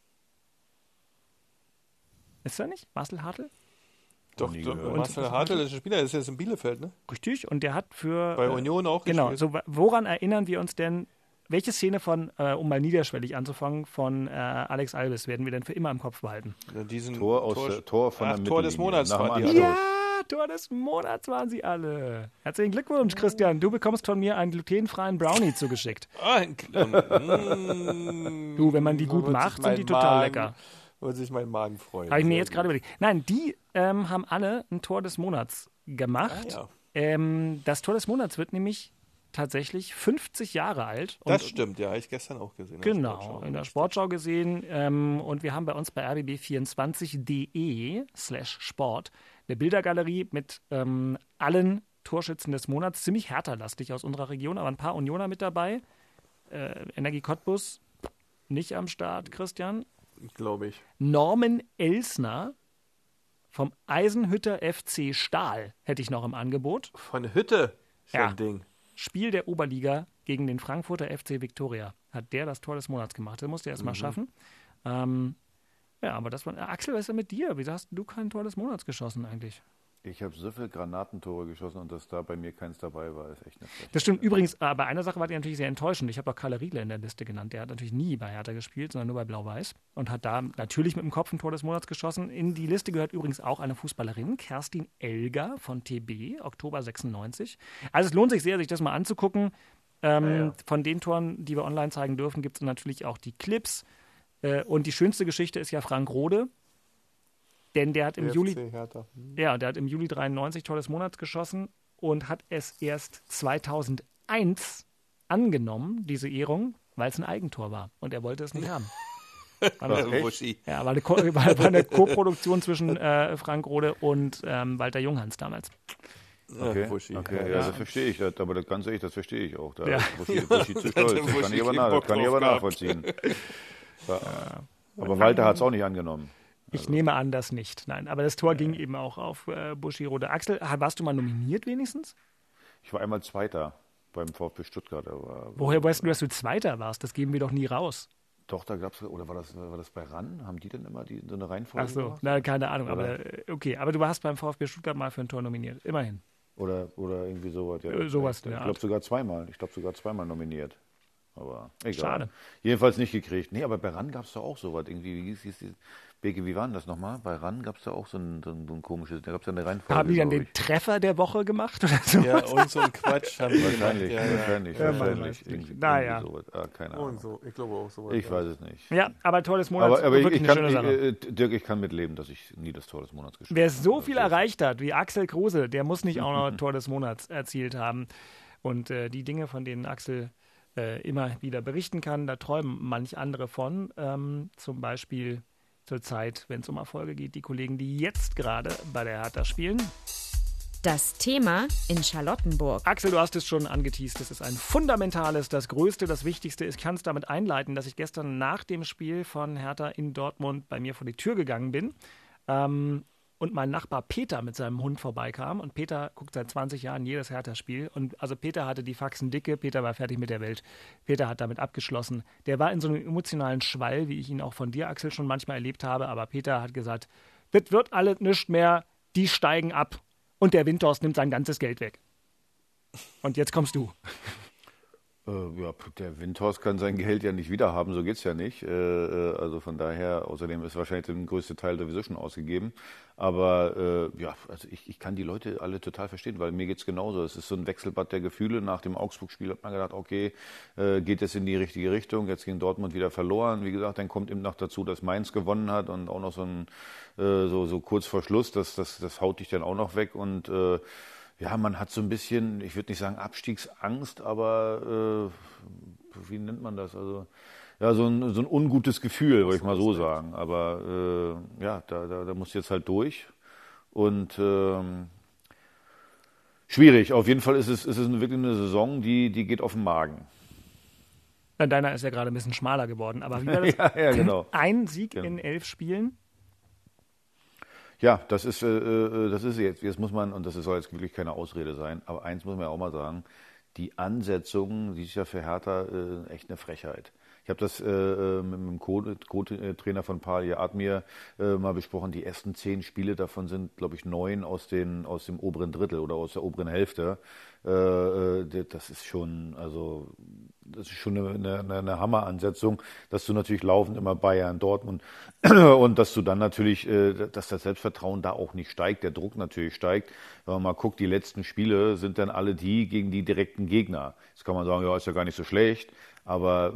Ist er nicht? Marcel Hartl? Doch, Nie doch gehört. Marcel Hartl, das ist ein Spieler, der ist jetzt in Bielefeld, ne? Richtig. Und der hat für... Bei äh, Union auch Genau. gespielt. So, wa- woran erinnern wir uns denn, welche Szene von, äh, um mal niederschwellig anzufangen, von äh, Alex Alves werden wir denn für immer im Kopf behalten? Ja, diesen Tor aus der- Tor von der Ach, Tor des Mittellinie, Monats nach dem waren die Anstoß. alle. Ja, Tor des Monats waren sie alle. Herzlichen Glückwunsch, Christian. Du bekommst von mir einen glutenfreien Brownie zugeschickt. Ah, ein mm, Du, wenn man die gut wird sich macht, sind die mein total Magen- lecker. Würde sich mein Magen freuen. Habe ich mir Sehr jetzt gut. gerade überlegt. Nein, die ähm, haben alle ein Tor des Monats gemacht. Ah, ja. ähm, das Tor des Monats wird nämlich tatsächlich fünfzig Jahre alt. Das Und- stimmt, ja, habe ich gestern auch gesehen. in der Genau, Sportschau. in der Sportschau gesehen. Ähm, und wir haben bei uns bei r b b vierundzwanzig punkt de slash Sport eine Bildergalerie mit ähm, allen Torschützen des Monats. Ziemlich härterlastig aus unserer Region, aber ein paar Unioner mit dabei. Äh, Energie Cottbus nicht am Start, Christian. Glaube ich. Norman Elsner vom Eisenhütter F C Stahl hätte ich noch im Angebot. Von Hütte, so Ja. ein Ding. Spiel der Oberliga gegen den Frankfurter F C Viktoria. Hat der das Tor des Monats gemacht. Das musste er erst mal Mhm. schaffen. Ähm, ja, aber das war. Axel, was ist denn mit dir? Wieso hast du kein Tor des Monats geschossen eigentlich? Ich habe so viele Granatentore geschossen und dass da bei mir keins dabei war, ist echt nicht schlecht. Das stimmt. Übrigens, äh, bei einer Sache war die natürlich sehr enttäuschend. Ich habe auch Kalle Riedle in der Liste genannt. Der hat natürlich nie bei Hertha gespielt, sondern nur bei Blau-Weiß. Und hat da natürlich mit dem Kopf ein Tor des Monats geschossen. In die Liste gehört übrigens auch eine Fußballerin, Kerstin Elger von T B, Oktober sechsundneunzig. Also es lohnt sich sehr, sich das mal anzugucken. Ähm, Ja, ja. Von den Toren, die wir online zeigen dürfen, gibt es natürlich auch die Clips. Äh, und die schönste Geschichte ist ja Frank Rode. Denn der hat im F C Juli, Hertha. Hm. ja, der hat im Juli dreiundneunzig Tor des Monats geschossen und hat es erst zweitausendeins angenommen, diese Ehrung, weil es ein Eigentor war. Und er wollte es nicht haben. War Äh, eine, Wuschi. ja, war eine, Co war, war eine Co-Produktion zwischen äh, Frank Rode und ähm, Walter Junghans damals. Okay, Ja, Wuschi. okay. Ja, Ja, ja. das verstehe ich, das, aber das ganz ehrlich, das verstehe ich auch. Da Ja. ist Buschi, Buschi zu stolz, das kann ich aber, Buschi nach, keinen das kann ich Bock aber drauf nachvollziehen. Ja. Aber Walter hat es auch nicht angenommen. Ich nehme an, das nicht. Nein, aber das Tor ging eben auch auf äh, Buschi Rode. Axel, ha- warst du mal nominiert wenigstens? Ich war einmal Zweiter beim VfB Stuttgart. Aber, Woher weißt du, dass du Zweiter warst? Das geben wir doch nie raus. Doch, da gab es, oder war das, war das bei R A N? Haben die denn immer die, so eine Reihenfolge Ach so, gemacht? na, keine Ahnung. Oder? Aber okay, aber du warst beim VfB Stuttgart mal für ein Tor nominiert. Immerhin. Oder, oder irgendwie sowas. Ja. Äh, sowas, Ich ja. glaube sogar zweimal. Ich glaube sogar zweimal nominiert. Aber egal. Schade. Jedenfalls nicht gekriegt. Nee, aber bei R A N gab es doch auch sowas. Irgendwie, wie hieß, hieß die, Beke, wie war denn das nochmal? Bei R A N gab es da auch so ein, so, ein, so ein komisches, da gab es ja eine Reihenfolge. Haben die dann glaub den Treffer der Woche gemacht oder so? Ja, und so ein Quatsch haben die Wahrscheinlich, gemacht. Ja, wahrscheinlich, Ja, wahrscheinlich. man weiß Irgendwie, Naja. irgendwie sowas. Ah, keine Ahnung. Und so, ich glaube auch so. Ich weiß es nicht. Ja, aber Tor des Monats, Aber, aber ich, wirklich ich eine kann, schöne ich, Sache. äh, Dirk, ich kann mitleben, dass ich nie das Tor des Monats gespielt habe. Wer so viel erreicht hat wie Axel Kruse, der muss nicht auch noch Tor des Monats erzielt haben. Und äh, die Dinge, von denen Axel äh, immer wieder berichten kann, da träumen manch andere von. Ähm, zum Beispiel zur Zeit, wenn es um Erfolge geht, die Kollegen, die jetzt gerade bei der Hertha spielen. Das Thema in Charlottenburg. Axel, du hast es schon angeteast. Das ist ein fundamentales, das Größte, das Wichtigste. Ich kann es damit einleiten, dass ich gestern nach dem Spiel von Hertha in Dortmund bei mir vor die Tür gegangen bin ähm, und mein Nachbar Peter mit seinem Hund vorbeikam. Und Peter guckt seit zwanzig Jahren jedes Hertha-Spiel. Und also Peter hatte die Faxen dicke, Peter war fertig mit der Welt. Peter hat damit abgeschlossen. Der war in so einem emotionalen Schwall, wie ich ihn auch von dir, Axel, schon manchmal erlebt habe. Aber Peter hat gesagt, das wird alles nicht mehr, die steigen ab. Und der Windhorst nimmt sein ganzes Geld weg. Und jetzt kommst du. Äh, ja, der Windhorst kann sein Geld ja nicht wiederhaben, so geht's ja nicht. Äh, also von daher, außerdem ist wahrscheinlich der größte Teil sowieso schon ausgegeben. Aber äh, ja, also ich, ich kann die Leute alle total verstehen, weil mir geht's genauso. Es ist so ein Wechselbad der Gefühle. Nach dem Augsburg-Spiel hat man gedacht, okay, äh, geht es in die richtige Richtung. Jetzt gegen Dortmund wieder verloren. Wie gesagt, dann kommt eben noch dazu, dass Mainz gewonnen hat und auch noch so ein äh, so, so kurz vor Schluss, das, das, das haut dich dann auch noch weg und äh, ja, man hat so ein bisschen, ich würde nicht sagen Abstiegsangst, aber äh, wie nennt man das? Also ja, so ein, so ein ungutes Gefühl, würde ich mal so sagen. Aber äh, ja, da, da, da muss jetzt halt durch. Und ähm, schwierig. Auf jeden Fall ist es, ist es wirklich eine Saison, die, die geht auf den Magen. Deiner ist ja gerade ein bisschen schmaler geworden. Aber wie war das? ja, ja, genau. Ein Sieg genau. in elf Spielen? Ja, das ist, äh, das ist jetzt, jetzt muss man, und das soll jetzt wirklich keine Ausrede sein, aber eins muss man ja auch mal sagen, die Ansetzung, die ist ja für Hertha äh, echt eine Frechheit. Ich habe das äh, mit dem Co-Trainer von Palia Admir äh, mal besprochen. Die ersten zehn Spiele davon sind, glaube ich, neun aus, den, aus dem oberen Drittel oder aus der oberen Hälfte. Äh, das ist schon, also das ist schon eine, eine, eine Hammeransetzung, dass du natürlich laufend immer Bayern, Dortmund und dass du dann natürlich, äh, dass das Selbstvertrauen da auch nicht steigt, der Druck natürlich steigt. Wenn man mal guckt, die letzten Spiele sind dann alle die gegen die direkten Gegner. Jetzt kann man sagen, ja, ist ja gar nicht so schlecht. Aber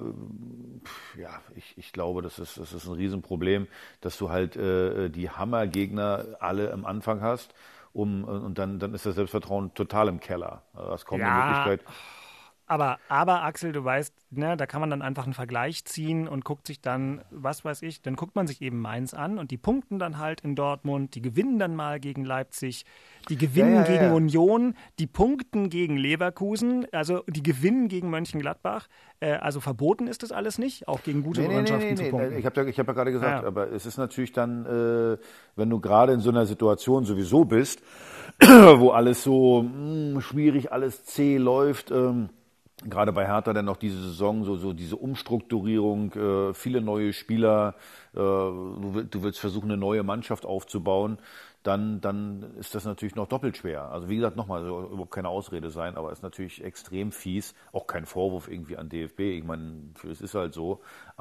ja, ich, ich glaube, das ist, das ist ein Riesenproblem, dass du halt äh, die Hammergegner alle am Anfang hast, um, und dann, dann ist das Selbstvertrauen total im Keller. Also das kaum eine Möglichkeit. Aber, aber Axel, du weißt, ne, da kann man dann einfach einen Vergleich ziehen und guckt sich dann, was weiß ich, dann guckt man sich eben Mainz an und die punkten dann halt in Dortmund, die gewinnen dann mal gegen Leipzig, die gewinnen ja, ja, gegen ja. Union, die punkten gegen Leverkusen, also die gewinnen gegen Mönchengladbach. Äh, also verboten ist das alles nicht, auch gegen gute Nee, nee, Mannschaften nee, nee, zu nee. punkten. Ich habe ja, ich hab ja gerade gesagt, Ja. aber es ist natürlich dann, äh, wenn du gerade in so einer Situation sowieso bist, wo alles so mh, schwierig, alles zäh läuft, ähm, gerade bei Hertha dann noch diese Saison, so, so diese Umstrukturierung, äh, viele neue Spieler, äh, du, will- du willst versuchen, eine neue Mannschaft aufzubauen, dann, dann ist das natürlich noch doppelt schwer. Also wie gesagt, nochmal, soll überhaupt keine Ausrede sein, aber es ist natürlich extrem fies, auch kein Vorwurf irgendwie an D F B, ich meine, es ist halt so,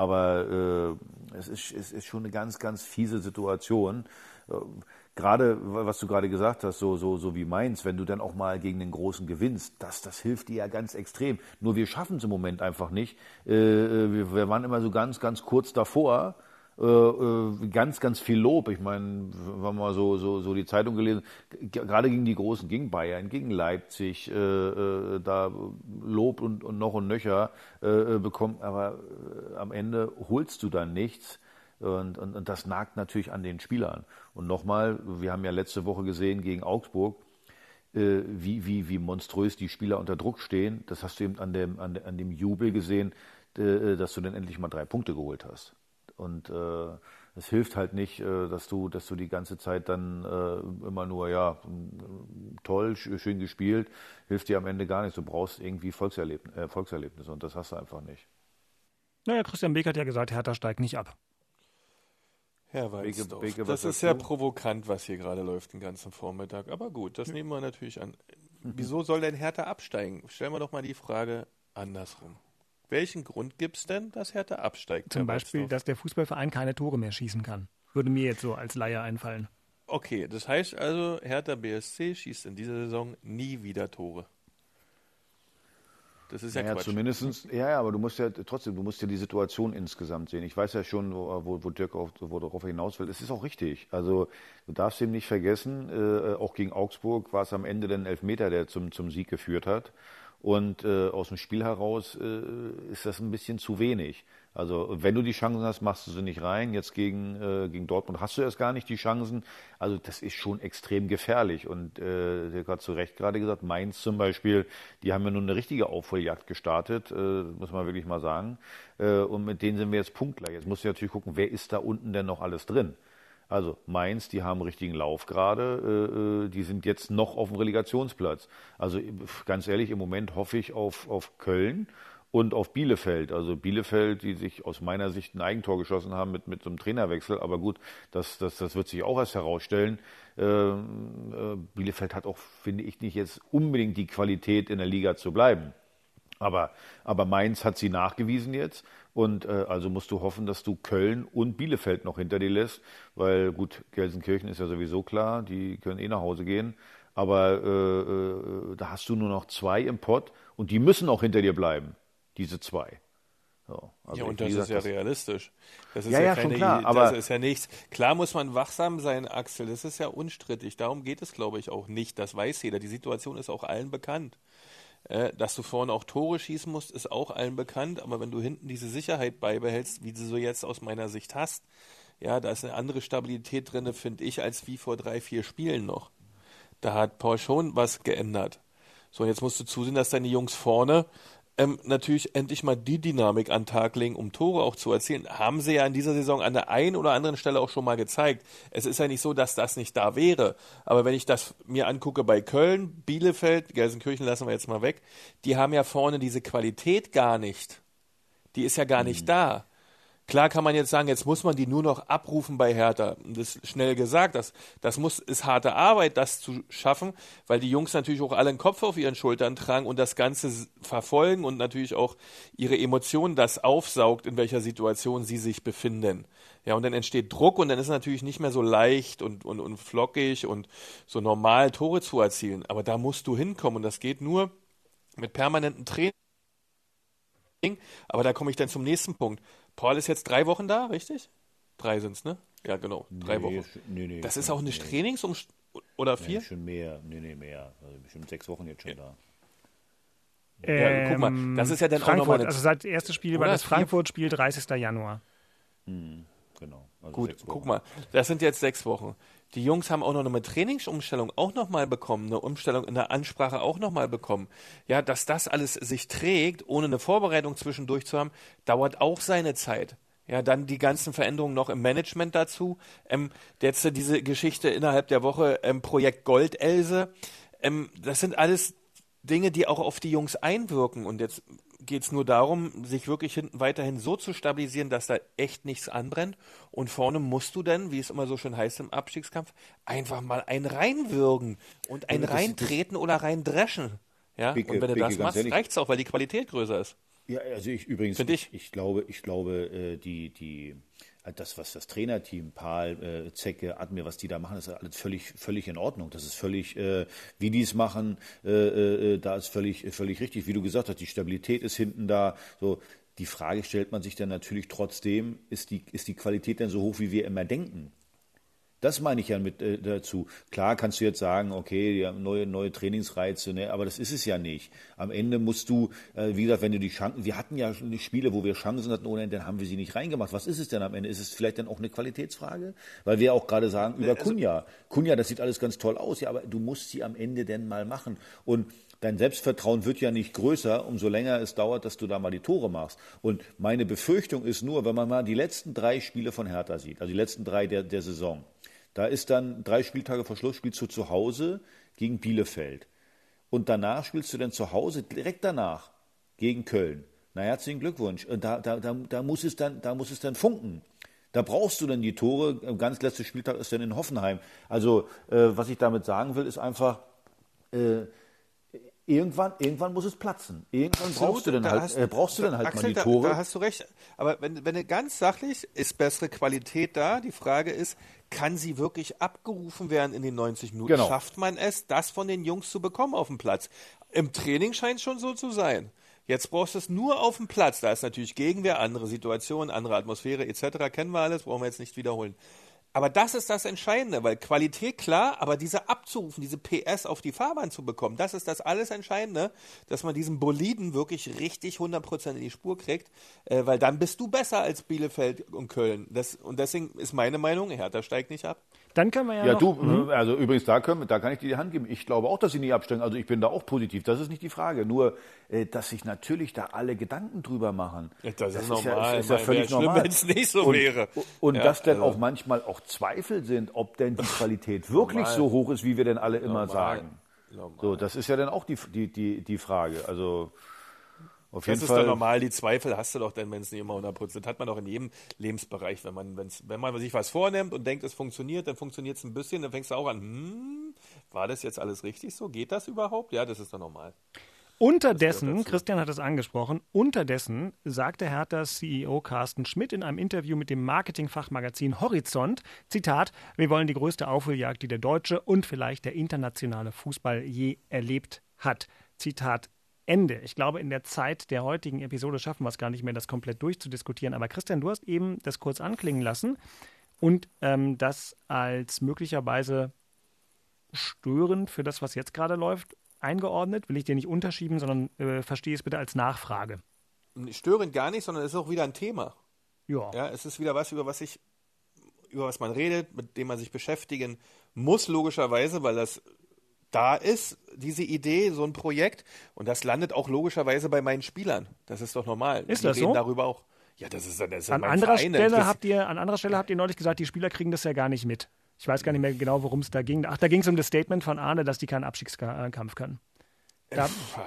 aber äh, es, ist, es ist schon eine ganz, ganz fiese Situation. Äh, Gerade, was du gerade gesagt hast, so, so, so wie Mainz, wenn du dann auch mal gegen den Großen gewinnst, das, das hilft dir ja ganz extrem. Nur wir schaffen es im Moment einfach nicht. Äh, wir, wir waren immer so ganz, ganz kurz davor. Äh, äh, ganz, ganz viel Lob. Ich meine, wir haben mal so, so, so die Zeitung gelesen, g- gerade gegen die Großen, gegen Bayern, gegen Leipzig, äh, äh, da Lob und, und noch und nöcher äh, bekommen, aber äh, am Ende holst du dann nichts. Und, und, und das nagt natürlich an den Spielern. Und nochmal, wir haben ja letzte Woche gesehen gegen Augsburg, äh, wie, wie, wie monströs die Spieler unter Druck stehen. Das hast du eben an dem, an, an dem Jubel gesehen, äh, dass du dann endlich mal drei Punkte geholt hast. Und äh, es hilft halt nicht, äh, dass du, dass du die ganze Zeit dann äh, immer nur, ja, toll, schön gespielt, hilft dir am Ende gar nicht. Du brauchst irgendwie Volkserlebn- äh, Volkserlebnisse und das hast du einfach nicht. Naja, Christian Beek hat ja gesagt, Hertha steigt nicht ab. Herr Walzdorf, Beke, das was ist ja sagst du? provokant, was hier gerade läuft den ganzen Vormittag. Aber gut, das nehmen wir natürlich an. Wieso soll denn Hertha absteigen? Stellen wir doch mal die Frage andersrum. Welchen Grund gibt es denn, dass Hertha absteigt? Zum Herr Beispiel, Walzdorf? dass der Fußballverein keine Tore mehr schießen kann. Würde mir jetzt so als Laie einfallen. Okay, das heißt also, Hertha B S C schießt in dieser Saison nie wieder Tore. Das ist ja, ja, Quatsch. zumindestens, ja, ja, aber du musst ja trotzdem, du musst ja die Situation insgesamt sehen. Ich weiß ja schon, wo, wo, wo Dirk auf, wo darauf hinaus will. Es ist auch richtig. Also du darfst eben nicht vergessen, äh, auch gegen Augsburg war es am Ende dann Elfmeter, der zum, zum Sieg geführt hat. Und äh, aus dem Spiel heraus äh, ist das ein bisschen zu wenig. Also wenn du die Chancen hast, machst du sie nicht rein. Jetzt gegen, äh, gegen Dortmund hast du erst gar nicht die Chancen. Also das ist schon extrem gefährlich. Und äh, der hat zu Recht gerade gesagt, Mainz zum Beispiel, die haben ja nun eine richtige Aufholjagd gestartet, äh, muss man wirklich mal sagen. Äh, und mit denen sind wir jetzt punktgleich. Jetzt musst du natürlich gucken, wer ist da unten denn noch alles drin. Also Mainz, die haben einen richtigen Lauf gerade, äh, die sind jetzt noch auf dem Relegationsplatz. Also ganz ehrlich, im Moment hoffe ich auf, auf Köln und auf Bielefeld. Also Bielefeld, die sich aus meiner Sicht ein Eigentor geschossen haben mit, mit so einem Trainerwechsel. Aber gut, das, das, das wird sich auch erst herausstellen. Äh, äh, Bielefeld hat auch, finde ich, nicht jetzt unbedingt die Qualität, in der Liga zu bleiben. Aber, aber Mainz hat sie nachgewiesen jetzt. Und äh, also musst du hoffen, dass du Köln und Bielefeld noch hinter dir lässt, weil gut, Gelsenkirchen ist ja sowieso klar, die können eh nach Hause gehen, aber äh, äh, da hast du nur noch zwei im Pott und die müssen auch hinter dir bleiben, diese zwei. So, also ja, und ich, das gesagt, ist ja das, realistisch. Das ist ja, ja, ja, keine, schon klar, das aber ist ja nichts. Klar muss man wachsam sein, Axel, das ist ja unstrittig. Darum geht es, glaube ich, auch nicht. Das weiß jeder. Die Situation ist auch allen bekannt. Äh, dass du vorne auch Tore schießen musst, ist auch allen bekannt, aber wenn du hinten diese Sicherheit beibehältst, wie du so jetzt aus meiner Sicht hast, ja, da ist eine andere Stabilität drin, finde ich, als wie vor drei, vier Spielen noch. Da hat Paul schon was geändert. So, und jetzt musst du zusehen, dass deine Jungs vorne ähm, natürlich endlich mal die Dynamik an den Tag legen, um Tore auch zu erzielen. Haben sie ja in dieser Saison an der einen oder anderen Stelle auch schon mal gezeigt. Es ist ja nicht so, dass das nicht da wäre. Aber wenn ich das mir angucke bei Köln, Bielefeld, Gelsenkirchen lassen wir jetzt mal weg, die haben ja vorne diese Qualität gar nicht. Die ist ja gar nicht da. Klar kann man jetzt sagen, jetzt muss man die nur noch abrufen bei Hertha. Das ist schnell gesagt, das, das muss, ist harte Arbeit, das zu schaffen, weil die Jungs natürlich auch alle einen Kopf auf ihren Schultern tragen und das Ganze verfolgen und natürlich auch ihre Emotionen das aufsaugt, in welcher Situation sie sich befinden. Ja, und dann entsteht Druck und dann ist es natürlich nicht mehr so leicht und, und, und flockig und so normal Tore zu erzielen. Aber da musst du hinkommen und das geht nur mit permanentem Training. Aber da komme ich dann zum nächsten Punkt. Paul ist jetzt drei Wochen da, richtig? Drei sind's, ne? Ja, genau. Drei nee, Wochen. Nee, nee, das schon, ist auch eine nee. Trainings- oder vier? Nee, schon mehr, nee, nee, mehr. Also bestimmt sechs Wochen jetzt schon da. Ja, guck mal, das ist ja dann auch Frankfurt, nochmal eine... also seit erstes Spiel war Oder? das Frankfurt-Spiel dreißigster Januar. Hm, genau. Also Gut, sechs Wochen. guck mal, das sind jetzt sechs Wochen. Die Jungs haben auch noch eine Trainingsumstellung auch nochmal bekommen, eine Umstellung in der Ansprache auch nochmal bekommen. Ja, dass das alles sich trägt, ohne eine Vorbereitung zwischendurch zu haben, dauert auch seine Zeit. Ja, dann die ganzen Veränderungen noch im Management dazu. Ähm, jetzt äh, diese Geschichte innerhalb der Woche, ähm, Projekt Goldelse. Ähm, das sind alles Dinge, die auch auf die Jungs einwirken. Und jetzt geht es nur darum, sich wirklich hinten weiterhin so zu stabilisieren, dass da echt nichts anbrennt. Und vorne musst du dann, wie es immer so schön heißt im Abstiegskampf, einfach mal einen reinwürgen und einen das- reintreten oder reindreschen. Ja, Bicke, und wenn du Bicke, das ganz machst, ehrlich. reicht's auch, weil die Qualität größer ist. Ja, also ich übrigens, Find ich. ich, ich glaube, ich glaube, äh, die, die, das, was das Trainerteam, Pahl, äh, Zecke, Admir, was die da machen, ist alles völlig, völlig in Ordnung. Das ist völlig, äh, wie die es machen, äh, äh, da ist völlig, völlig richtig. Wie du gesagt hast, die Stabilität ist hinten da. So, die Frage stellt man sich dann natürlich trotzdem, ist die, ist die Qualität denn so hoch, wie wir immer denken? Das meine ich ja mit äh, dazu. Klar kannst du jetzt sagen, okay, die haben neue, neue Trainingsreize, ne? Aber das ist es ja nicht. Am Ende musst du, äh, wie gesagt, wenn du die Chancen, wir hatten ja schon die Spiele, wo wir Chancen hatten ohne Ende, dann haben wir sie nicht reingemacht. Was ist es denn am Ende? Ist es vielleicht dann auch eine Qualitätsfrage? Weil wir auch gerade sagen, über also, Cunha. Cunha, das sieht alles ganz toll aus, ja, aber du musst sie am Ende denn mal machen. Und dein Selbstvertrauen wird ja nicht größer, umso länger es dauert, dass du da mal die Tore machst. Und meine Befürchtung ist nur, wenn man mal die letzten drei Spiele von Hertha sieht, also die letzten drei der, der Saison, da ist dann drei Spieltage vor Schluss, spielst du zu Hause gegen Bielefeld. Und danach spielst du dann zu Hause, direkt danach, gegen Köln. Na, herzlichen Glückwunsch. Da, da, da, da, muss es dann, da muss es dann funken. Da brauchst du dann die Tore. Ganz letzter Spieltag ist dann in Hoffenheim. Also, äh, was ich damit sagen will, ist einfach, äh, Irgendwann, irgendwann muss es platzen. Irgendwann Absolut, brauchst du dann da halt, hast, äh, brauchst du dann halt Axel, mal die Tore. Da, da hast du recht. Aber wenn, wenn du ganz sachlich, ist bessere Qualität da. Die Frage ist, kann sie wirklich abgerufen werden in den neunzig Minuten? Genau. Schafft man es, das von den Jungs zu bekommen auf dem Platz? Im Training scheint es schon so zu sein. Jetzt brauchst du es nur auf dem Platz. Da ist natürlich Gegenwehr, andere Situationen, andere Atmosphäre et cetera. Kennen wir alles, brauchen wir jetzt nicht wiederholen. Aber das ist das Entscheidende, weil Qualität klar, aber diese abzurufen, diese P S auf die Fahrbahn zu bekommen, das ist das alles Entscheidende, dass man diesen Boliden wirklich richtig hundert Prozent in die Spur kriegt, äh, weil dann bist du besser als Bielefeld und Köln. Das, und deswegen ist meine Meinung, Hertha steigt nicht ab. Dann können wir ja Ja, noch, du, mhm. also übrigens, da, können, da kann ich dir die Hand geben. Ich glaube auch, dass sie nicht absteigen. Also ich bin da auch positiv. Das ist nicht die Frage. Nur, äh, dass sich natürlich da alle Gedanken drüber machen. Ja, das, das ist, ist normal. Ja, ist ja völlig schlimm, normal. wenn es nicht so und, wäre. Und ja, dass dann also. auch manchmal auch Zweifel sind, ob denn die Qualität wirklich Normal. so hoch ist, wie wir denn alle immer Normal. sagen. Normal. So, das ist ja dann auch die, die, die, die Frage. Also auf jeden das Fall. ist doch normal, die Zweifel hast du doch dann, wenn es nicht immer hundert Prozent hat man doch in jedem Lebensbereich, wenn man, wenn's, wenn man sich was vornimmt und denkt, es funktioniert, dann funktioniert es ein bisschen, dann fängst du auch an, hm, war das jetzt alles richtig so? Geht das überhaupt? Ja, das ist doch normal. Unterdessen, Christian hat es angesprochen, unterdessen sagte Herthas C E O Carsten Schmidt in einem Interview mit dem Marketingfachmagazin Horizont, Zitat, wir wollen die größte Aufholjagd, die der deutsche und vielleicht der internationale Fußball je erlebt hat. Zitat Ende. Ich glaube, in der Zeit der heutigen Episode schaffen wir es gar nicht mehr, das komplett durchzudiskutieren. Aber Christian, du hast eben das kurz anklingen lassen und ähm, das als möglicherweise störend für das, was jetzt gerade läuft, eingeordnet. Will ich dir nicht unterschieben, sondern äh, verstehe es bitte als Nachfrage. Störend gar nicht, sondern es ist auch wieder ein Thema. Ja. Ja, es ist wieder was, über was ich, über was man redet, mit dem man sich beschäftigen muss, logischerweise, weil das da ist, diese Idee, so ein Projekt, und das landet auch logischerweise bei meinen Spielern. Das ist doch normal. Ist Die das reden so? darüber auch. Ja, das ist, das ist An mein anderer Verein. Stelle Das- habt ihr, an anderer Stelle habt ihr neulich gesagt, die Spieler kriegen das ja gar nicht mit. Ich weiß gar nicht mehr genau, worum es da ging. Ach, da ging es um das Statement von Arne, dass die keinen Abstiegskampf können. Da,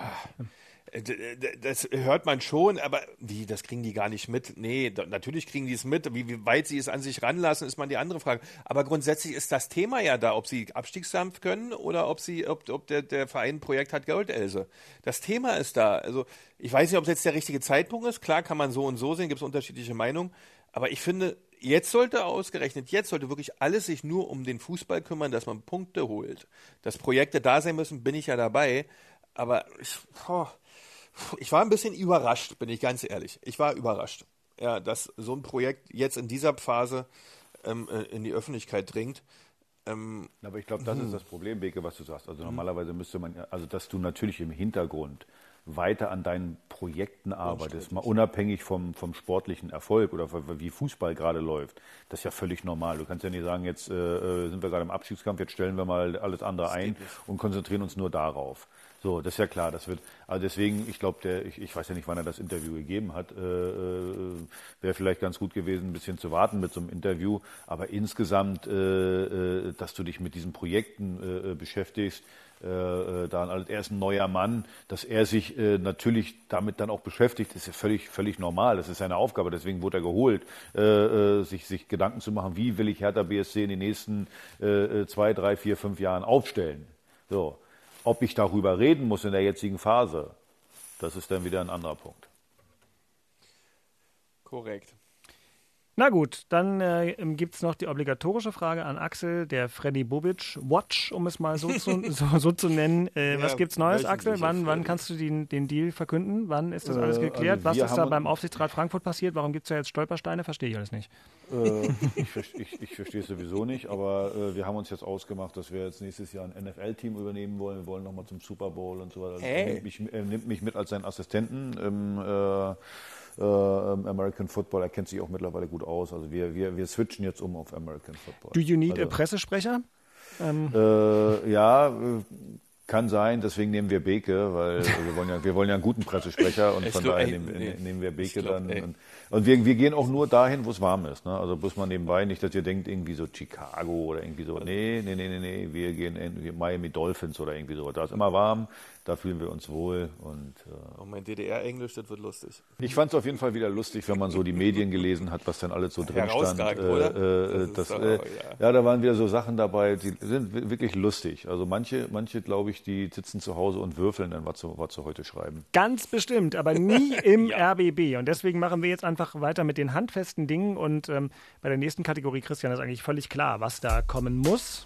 Das hört man schon, aber wie, das kriegen die gar nicht mit. Nee, da, natürlich kriegen die es mit. Wie, wie weit sie es an sich ranlassen, ist mal die andere Frage. Aber grundsätzlich ist das Thema ja da, ob sie Abstiegskampf können oder ob sie, ob, ob der, der Verein ein Projekt hat, Goldelse. Das Thema ist da. Also ich weiß nicht, ob es jetzt der richtige Zeitpunkt ist. Klar kann man so und so sehen, gibt es unterschiedliche Meinungen. Aber ich finde, jetzt sollte ausgerechnet, jetzt sollte wirklich alles sich nur um den Fußball kümmern, dass man Punkte holt. Dass Projekte da sein müssen, bin ich ja dabei. Aber ich, oh, ich war ein bisschen überrascht, bin ich ganz ehrlich. Ich war überrascht, ja, dass so ein Projekt jetzt in dieser Phase ähm, in die Öffentlichkeit dringt. Ähm, Aber ich glaube, das hm. ist das Problem, Beke, was du sagst. Also normalerweise müsste man, ja- also dass du natürlich im Hintergrund weiter an deinen Projekten arbeitest, mal unabhängig vom, vom sportlichen Erfolg oder wie Fußball gerade läuft. Das ist ja völlig normal. Du kannst ja nicht sagen, jetzt äh, sind wir gerade im Abstiegskampf, jetzt stellen wir mal alles andere ein und konzentrieren uns nur darauf. So, das ist ja klar. Das wird, also deswegen, ich glaube, der, ich, ich weiß ja nicht, wann er das Interview gegeben hat, äh, äh, wäre vielleicht ganz gut gewesen, ein bisschen zu warten mit so einem Interview. Aber insgesamt, äh, äh, dass du dich mit diesen Projekten äh, beschäftigst, äh, da als er ist ein neuer Mann, dass er sich äh, natürlich damit dann auch beschäftigt, ist ja völlig, völlig normal. Das ist seine Aufgabe. Deswegen wurde er geholt, äh, äh, sich, sich Gedanken zu machen, wie will ich Hertha B S C in den nächsten äh, zwei, drei, vier, fünf Jahren aufstellen. So. Ob ich darüber reden muss in der jetzigen Phase, das ist dann wieder ein anderer Punkt. korrekt. Na gut, dann äh, gibt es noch die obligatorische Frage an Axel, der Freddy Bobic Watch, um es mal so zu, so, so zu nennen. Äh, ja, was gibt's Neues, Axel? Wann, wann kannst du den, den Deal verkünden? Wann ist das alles geklärt? Äh, also was ist da beim Aufsichtsrat Frankfurt passiert? Warum gibt es da jetzt Stolpersteine? Verstehe ich alles nicht. Äh, ich ich, ich verstehe es sowieso nicht, aber äh, wir haben uns jetzt ausgemacht, dass wir jetzt nächstes Jahr ein N F L-Team übernehmen wollen. Wir wollen nochmal zum Super Bowl und so weiter. Also er, nimmt mich, er nimmt mich mit als seinen Assistenten im äh, äh, American Football. Er kennt sich auch mittlerweile gut aus. Also wir, wir, wir switchen jetzt um auf American Football. Do you need also, a Pressesprecher? Ähm. Äh, ja, kann sein, deswegen nehmen wir Beke, weil wir wollen ja, wir wollen ja einen guten Pressesprecher und ich von glaub, daher ey, nehmen, nee, nehmen wir Beke glaub, dann. Und, und wir, wir gehen auch nur dahin, wo es warm ist. Ne? Also bloß mal nebenbei, nicht, dass ihr denkt, irgendwie so Chicago oder irgendwie so. Nee, nee, nee, nee, nee. Wir gehen in Miami Dolphins oder irgendwie so. Da ist immer warm, da fühlen wir uns wohl. Und, äh, oh, mein D D R-Englisch, das wird lustig. Ich fand es auf jeden Fall wieder lustig, wenn man so die Medien gelesen hat, was dann alles so drin stand. Äh, oder? Äh, das, das, äh, ja. ja, da waren wieder so Sachen dabei, die sind wirklich lustig. Also manche, manche glaube ich, die sitzen zu Hause und würfeln dann, was sie, was sie heute schreiben. Ganz bestimmt, aber nie im ja. R B B. Und deswegen machen wir jetzt einfach weiter mit den handfesten Dingen. Und ähm, bei der nächsten Kategorie, Christian, ist eigentlich völlig klar, was da kommen muss.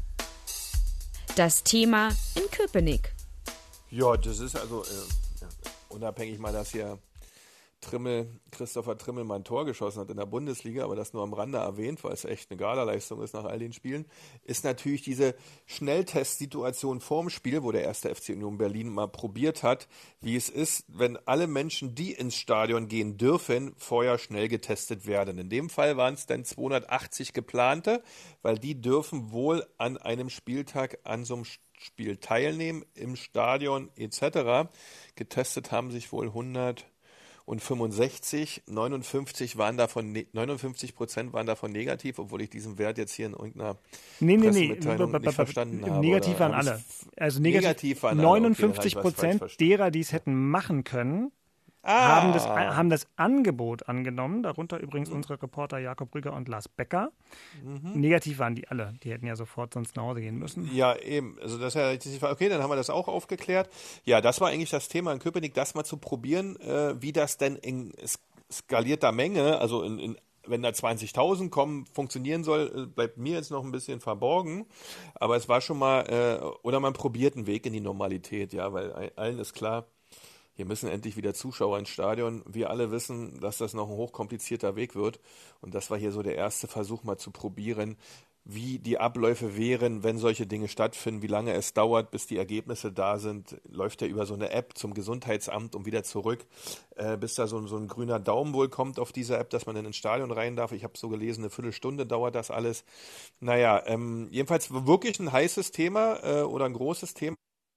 Das Thema in Köpenick. Ja, das ist also äh, ja, unabhängig mal, dass hier Trimmel, Christopher Trimmel mal ein Tor geschossen hat in der Bundesliga, aber das nur am Rande erwähnt, weil es echt eine Gala-Leistung ist nach all den Spielen, ist natürlich diese Schnelltestsituation vorm Spiel, wo der erste F C Union Berlin mal probiert hat, wie es ist, wenn alle Menschen, die ins Stadion gehen dürfen, vorher schnell getestet werden. In dem Fall waren es dann zweihundertachtzig geplante, weil die dürfen wohl an einem Spieltag an so einem Spiel teilnehmen, im Stadion et cetera. Getestet haben sich wohl hundert und fünfundsechzig, neunundfünfzig waren davon, neunundfünfzig Prozent waren davon negativ, obwohl ich diesen Wert jetzt hier in irgendeiner nee, nee, Pressemitteilung nee. nicht verstanden habe. Negativ waren alle. Also negativ, negativ waren neunundfünfzig Prozent okay, derer, die es hätten machen können, ah. haben, das, haben das Angebot angenommen, darunter übrigens mhm. unsere Reporter Jakob Rüger und Lars Becker. Mhm. Negativ waren die alle. Die hätten ja sofort sonst nach Hause gehen müssen. Ja, eben. Also das ist ja, okay, dann haben wir das auch aufgeklärt. Ja, das war eigentlich das Thema in Köpenick, das mal zu probieren, äh, wie das denn in skalierter Menge, also in, in wenn da zwanzigtausend kommen, funktionieren soll, bleibt mir jetzt noch ein bisschen verborgen. Aber es war schon mal, äh, oder man probiert einen Weg in die Normalität, ja, weil allen ist klar, hier müssen endlich wieder Zuschauer ins Stadion. Wir alle wissen, dass das noch ein hochkomplizierter Weg wird. Und das war hier so der erste Versuch, mal zu probieren, wie die Abläufe wären, wenn solche Dinge stattfinden, wie lange es dauert, bis die Ergebnisse da sind. Läuft ja über so eine App zum Gesundheitsamt und wieder zurück, äh, bis da so, so ein grüner Daumen wohl kommt auf dieser App, dass man dann ins Stadion rein darf. Ich habe so gelesen, eine Viertelstunde dauert das alles. Naja, ähm, jedenfalls wirklich ein heißes Thema äh, oder ein großes Thema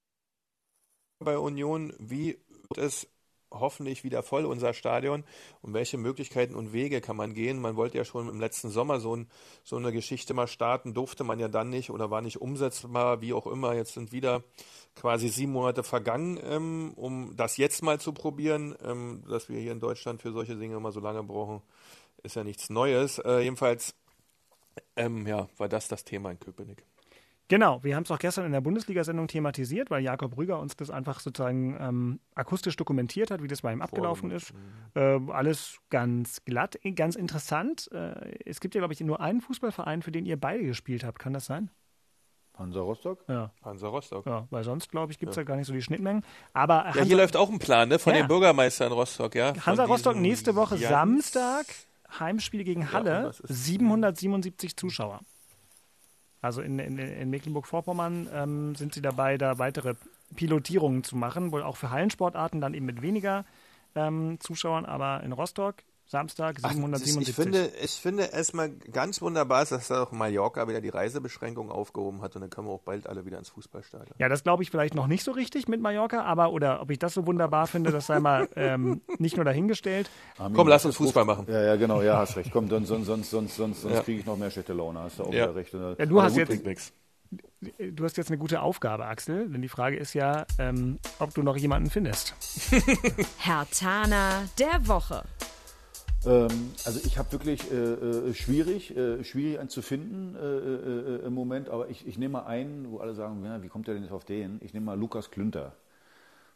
bei Union. Wie ist hoffentlich wieder voll unser Stadion und welche Möglichkeiten und Wege kann man gehen? Man wollte ja schon im letzten Sommer so, ein, so eine Geschichte mal starten, durfte man ja dann nicht oder war nicht umsetzbar, wie auch immer. Jetzt sind wieder quasi sieben Monate vergangen, ähm, um das jetzt mal zu probieren. Ähm, dass wir hier in Deutschland für solche Dinge immer so lange brauchen, ist ja nichts Neues. Äh, jedenfalls ähm, ja, war das das Thema in Köpenick. Genau, wir haben es auch gestern in der Bundesliga-Sendung thematisiert, weil Jakob Rüger uns das einfach sozusagen ähm, akustisch dokumentiert hat, wie das bei ihm abgelaufen ist. Äh, alles ganz glatt, ganz interessant. Äh, es gibt ja, glaube ich, nur einen Fußballverein, für den ihr beide gespielt habt. Kann das sein? Hansa Rostock? Ja. Hansa Rostock. Ja, weil sonst, glaube ich, gibt es ja. ja gar nicht so die Schnittmengen. Aber ja, hier läuft auch ein Plan, ne, von ja. den Bürgermeistern Rostock, ja. Hansa Rostock nächste Woche Jans. Samstag, Heimspiel gegen Halle, ja, siebenhundertsiebenundsiebzig Zuschauer. Also in, in, in Mecklenburg-Vorpommern ähm, sind sie dabei, da weitere Pilotierungen zu machen, wohl auch für Hallensportarten, dann eben mit weniger ähm, Zuschauern, aber in Rostock Samstag siebenhundertsiebenundsiebzig. Ach, ich finde, ich finde erstmal ganz wunderbar, dass da auch Mallorca wieder die Reisebeschränkungen aufgehoben hat und dann können wir auch bald alle wieder ins Fußballstadion. Ja, das glaube ich vielleicht noch nicht so richtig mit Mallorca, aber oder ob ich das so wunderbar finde, das sei mal ähm, nicht nur dahingestellt. Armin, komm, lass uns Fußball machen. Ja, ja, genau, ja, hast recht. Komm, sonst, sonst, sonst, sonst, sonst, sonst ja. kriege ich noch mehr schlechte Laune. Hast du auch ja. wieder recht. Ja, du hast jetzt nix. Du hast jetzt eine gute Aufgabe, Axel, denn die Frage ist ja, ähm, ob du noch jemanden findest. Herr Thaner der Woche. Ähm, also ich habe wirklich äh, äh, schwierig, äh, schwierig einen zu finden äh, äh, im Moment, aber ich, ich nehme mal einen, wo alle sagen, ja, wie kommt der denn jetzt auf den? Ich nehme mal Lukas Klünter.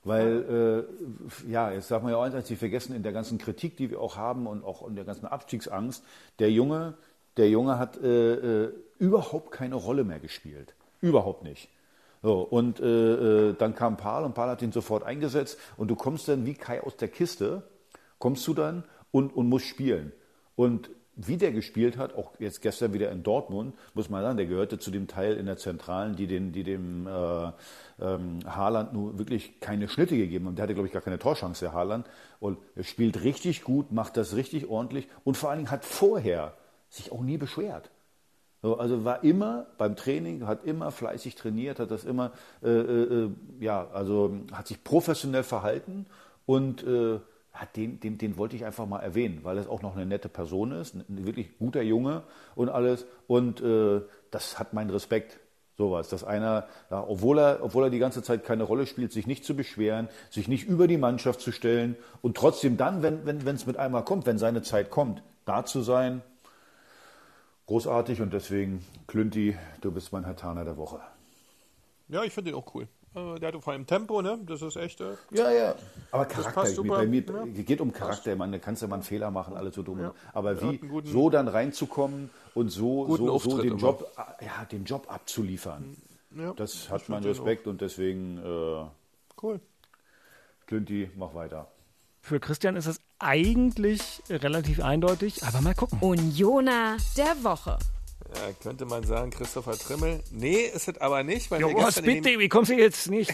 Weil, äh, ja, jetzt darf man ja auch eins nicht vergessen, in der ganzen Kritik, die wir auch haben und auch in der ganzen Abstiegsangst, der Junge, der Junge hat äh, äh, überhaupt keine Rolle mehr gespielt. Überhaupt nicht. So, und äh, dann kam Pahl und Pahl hat ihn sofort eingesetzt und du kommst dann wie Kai aus der Kiste, kommst du dann und, und musst spielen. Und wie der gespielt hat, auch jetzt gestern wieder in Dortmund, muss man sagen, der gehörte zu dem Teil in der Zentralen, die, den, die dem äh, ähm, Haaland nur wirklich keine Schnitte gegeben haben. Der hatte, glaube ich, gar keine Torchance, der Haaland. Und er spielt richtig gut, macht das richtig ordentlich und vor allen Dingen hat vorher sich auch nie beschwert. So, also war immer beim Training, hat immer fleißig trainiert, hat das immer, äh, äh, ja, also hat sich professionell verhalten und äh, Den, den, den wollte ich einfach mal erwähnen, weil es auch noch eine nette Person ist, ein wirklich guter Junge und alles. Und äh, das hat meinen Respekt, sowas. Dass einer, ja, obwohl er, obwohl er die ganze Zeit keine Rolle spielt, sich nicht zu beschweren, sich nicht über die Mannschaft zu stellen und trotzdem dann, wenn wenn wenn, es mit einmal kommt, wenn seine Zeit kommt, da zu sein. Großartig und deswegen, Klünti, du bist mein Hertaner der Woche. Ja, ich finde den auch cool. Der hat vor allem Tempo, ne? Das ist echt. Äh, ja, ja. Aber Charakter, ich, bei mir ja. geht um Charakter. Man, da kannst du mal einen Fehler machen, alles so dumm. Ja. Aber wie so dann reinzukommen und so, so, so den, Job, ja, den Job abzuliefern, ja, das hat meinen Respekt und deswegen. Äh, cool. Klünti, mach weiter. Für Christian ist es eigentlich relativ eindeutig, aber mal gucken. Unioner der Woche. Ja, könnte man sagen, Christopher Trimmel. Nee, ist es aber nicht. Weil ja, was bitte, wie kommst du jetzt nicht?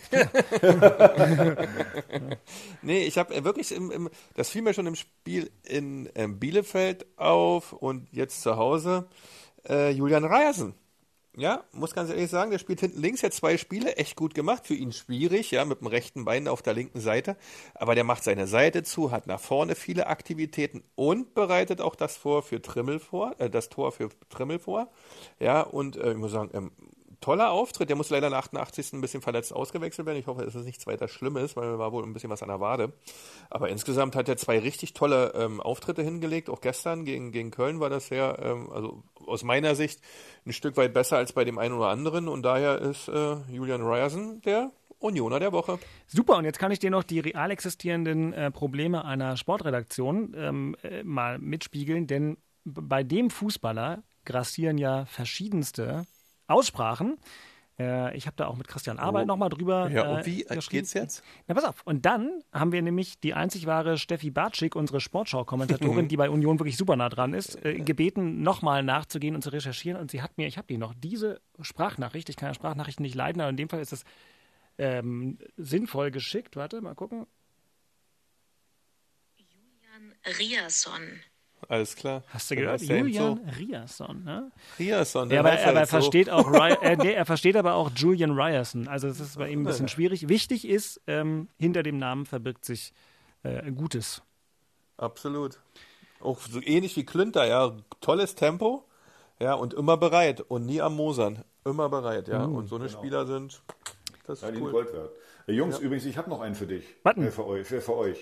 Nee, ich habe wirklich, im, im, das fiel mir schon im Spiel in ähm, Bielefeld auf und jetzt zu Hause, äh, Julian Ryerson. Ja, muss ganz ehrlich sagen, der spielt hinten links, jetzt zwei Spiele, echt gut gemacht, für ihn schwierig, ja, mit dem rechten Bein auf der linken Seite, aber der macht seine Seite zu, hat nach vorne viele Aktivitäten und bereitet auch das vor für Trimmel vor, äh, das Tor für Trimmel vor, ja, und äh, ich muss sagen, ähm, toller Auftritt, der muss leider nach achtundachtzigsten ein bisschen verletzt ausgewechselt werden, ich hoffe, dass es nichts weiter Schlimmes, weil war wohl ein bisschen was an der Wade, aber insgesamt hat er zwei richtig tolle ähm, Auftritte hingelegt, auch gestern gegen, gegen Köln war das sehr, ähm, also aus meiner Sicht ein Stück weit besser als bei dem einen oder anderen und daher ist äh, Julian Ryerson der Unioner der Woche. Super, und jetzt kann ich dir noch die real existierenden äh, Probleme einer Sportredaktion ähm, äh, mal mitspiegeln, denn bei dem Fußballer grassieren ja verschiedenste Aussprachen. Äh, ich habe da auch mit Christian Arbeit oh. nochmal drüber Ja, und wie äh, geht's jetzt? Na, pass auf. Und dann haben wir nämlich die einzig wahre Steffi Bartschik, unsere Sportschau-Kommentatorin, die bei Union wirklich super nah dran ist, äh, gebeten, nochmal nachzugehen und zu recherchieren. Und sie hat mir, ich habe die noch, diese Sprachnachricht, ich kann ja Sprachnachrichten nicht leiden, aber in dem Fall ist es ähm, sinnvoll geschickt. Warte, mal gucken. Julian Ryerson. Alles klar. Hast du gehört? Julian Ryerson, ne? Ryerson, ja, aber, aber er so. versteht auch Ry- äh, nee, er versteht aber auch Julian Ryerson. Also das ist bei ihm ein bisschen schwierig. Wichtig ist, ähm, hinter dem Namen verbirgt sich äh, Gutes. Absolut. Auch so ähnlich wie Klünter, ja. Tolles Tempo, ja, und immer bereit und nie am Mosern. Immer bereit, ja. Mhm, und so eine genau. Spieler sind, das ist ja, cool. Gold wert. Hey, Jungs, ja. Übrigens, ich habe noch einen für dich. Was äh, für euch. Für, für euch.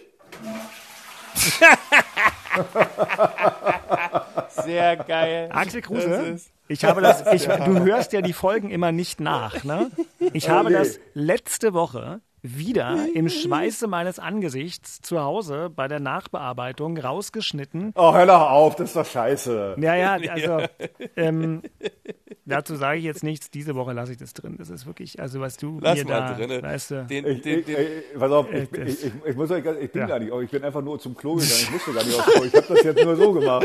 Sehr geil. Axel Kruse, ich habe das, ich, du hörst ja die Folgen immer nicht nach, ne? Ich habe das letzte Woche wieder im Schweiße meines Angesichts zu Hause bei der Nachbearbeitung rausgeschnitten. Oh, hör doch auf, das ist doch scheiße. Ja, ja, also ähm, dazu sage ich jetzt nichts. Diese Woche lasse ich das drin. Das ist wirklich, also was du Lass mir mal da, drin. weißt du. Den, ich, ich, ich, pass auf, ich, ich, ich, ich, muss euch, ich bin ja. gar nicht, ich bin einfach nur zum Klo gegangen. Ich musste gar nicht aufs Klo. Ich habe das jetzt nur so gemacht.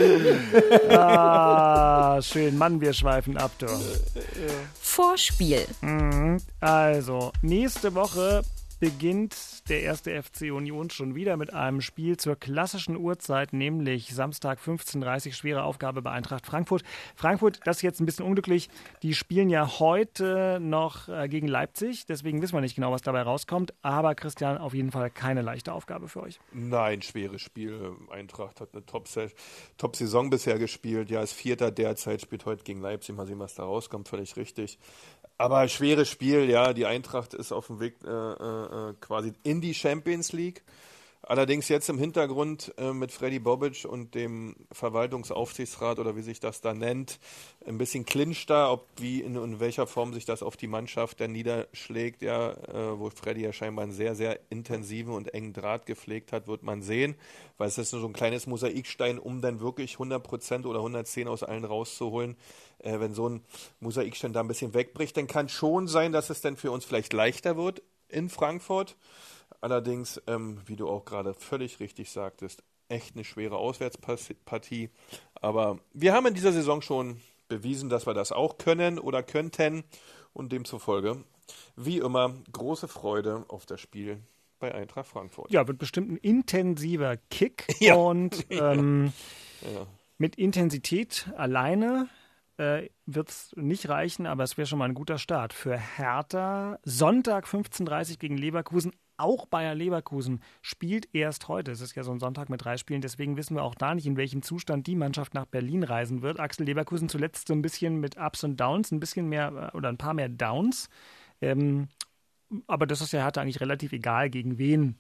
Ah, schön. Mann, wir schweifen ab, du. Vorspiel. Mhm. Also, nächste Woche beginnt der erste F C Union schon wieder mit einem Spiel zur klassischen Uhrzeit, nämlich Samstag fünfzehn Uhr dreißig, schwere Aufgabe bei Eintracht Frankfurt. Frankfurt, das ist jetzt ein bisschen unglücklich, die spielen ja heute noch äh, gegen Leipzig, deswegen wissen wir nicht genau, was dabei rauskommt, aber Christian, auf jeden Fall keine leichte Aufgabe für euch. Nein, schweres Spiel. Eintracht hat eine Top-Saison bisher gespielt, ja, ist Vierter derzeit, spielt heute gegen Leipzig, mal sehen, was da rauskommt, völlig richtig. Aber schweres Spiel, ja, die Eintracht ist auf dem Weg äh, äh, quasi in die Champions League. Allerdings jetzt im Hintergrund äh, mit Freddy Bobic und dem Verwaltungsaufsichtsrat oder wie sich das da nennt, ein bisschen Clinch da, ob wie in, in welcher Form sich das auf die Mannschaft dann niederschlägt, ja, äh, wo Freddy ja scheinbar einen sehr, sehr intensiven und engen Draht gepflegt hat, wird man sehen, weil es ist nur so ein kleines Mosaikstein, um dann wirklich hundert Prozent oder hundertzehn aus allen rauszuholen. Äh, wenn so ein Mosaikstein da ein bisschen wegbricht, dann kann schon sein, dass es dann für uns vielleicht leichter wird in Frankfurt. Allerdings, ähm, wie du auch gerade völlig richtig sagtest, echt eine schwere Auswärtspartie. Aber wir haben in dieser Saison schon bewiesen, dass wir das auch können oder könnten. Und demzufolge, wie immer, große Freude auf das Spiel bei Eintracht Frankfurt. Ja, wird bestimmt ein intensiver Kick. Ja. Und ähm, ja. mit Intensität alleine äh, wird es nicht reichen, aber es wäre schon mal ein guter Start für Hertha. Sonntag fünfzehn Uhr dreißig gegen Leverkusen. Auch Bayer Leverkusen spielt erst heute. Es ist ja so ein Sonntag mit drei Spielen, deswegen wissen wir auch da nicht, in welchem Zustand die Mannschaft nach Berlin reisen wird. Axel, Leverkusen zuletzt so ein bisschen mit Ups und Downs, ein bisschen mehr oder ein paar mehr Downs. Ähm, aber das ist ja Hertha eigentlich relativ egal, gegen wen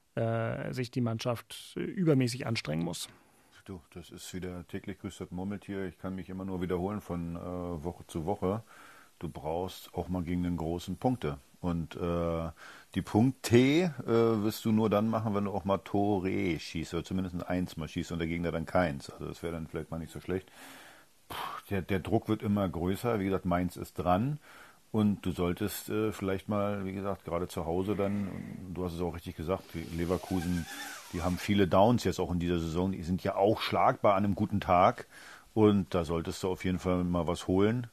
äh, sich die Mannschaft äh, übermäßig anstrengen muss. Du, das ist wieder täglich grüßt das Murmeltier. Ich kann mich immer nur wiederholen von äh, Woche zu Woche. Du brauchst auch mal gegen den großen Punkte. Und äh, die Punkte äh, wirst du nur dann machen, wenn du auch mal Tore schießt, oder zumindest ein Eins mal schießt und der Gegner dann keins. Also das wäre dann vielleicht mal nicht so schlecht. Puh, der, der Druck wird immer größer. Wie gesagt, Mainz ist dran. Und du solltest äh, vielleicht mal, wie gesagt, gerade zu Hause dann, du hast es auch richtig gesagt, die Leverkusen, die haben viele Downs jetzt auch in dieser Saison. Die sind ja auch schlagbar an einem guten Tag. Und da solltest du auf jeden Fall mal was holen.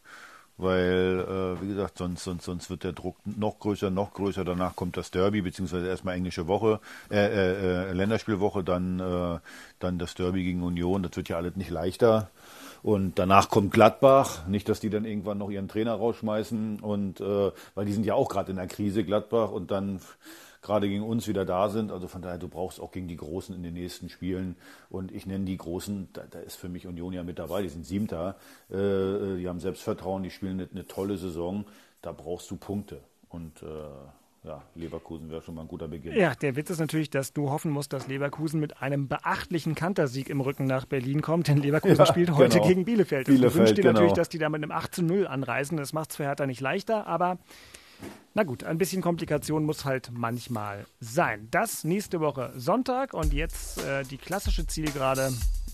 Weil, äh, wie gesagt, sonst, sonst, sonst wird der Druck noch größer, noch größer. Danach kommt das Derby, beziehungsweise erstmal englische Woche, äh, äh, Länderspielwoche, dann, äh, dann das Derby gegen Union. Das wird ja alles nicht leichter. Und danach kommt Gladbach. Nicht, dass die dann irgendwann noch ihren Trainer rausschmeißen. Und äh, weil die sind ja auch gerade in der Krise, Gladbach, und dann gerade gegen uns wieder da sind. Also von daher, du brauchst auch gegen die Großen in den nächsten Spielen. Und ich nenne die Großen, da, da ist für mich Union ja mit dabei, die sind Siebter. Äh, die haben Selbstvertrauen, die spielen eine, eine tolle Saison. Da brauchst du Punkte. Und äh, ja, Leverkusen wäre schon mal ein guter Beginn. Ja, der Witz ist natürlich, dass du hoffen musst, dass Leverkusen mit einem beachtlichen Kantersieg im Rücken nach Berlin kommt, denn Leverkusen ja, spielt heute genau. gegen Bielefeld. Bielefeld du wünschst dir genau. natürlich, dass die da mit einem acht zu null anreisen. Das macht es für Hertha nicht leichter, aber na gut, ein bisschen Komplikation muss halt manchmal sein. Das nächste Woche Sonntag und jetzt äh, die klassische Zielgerade.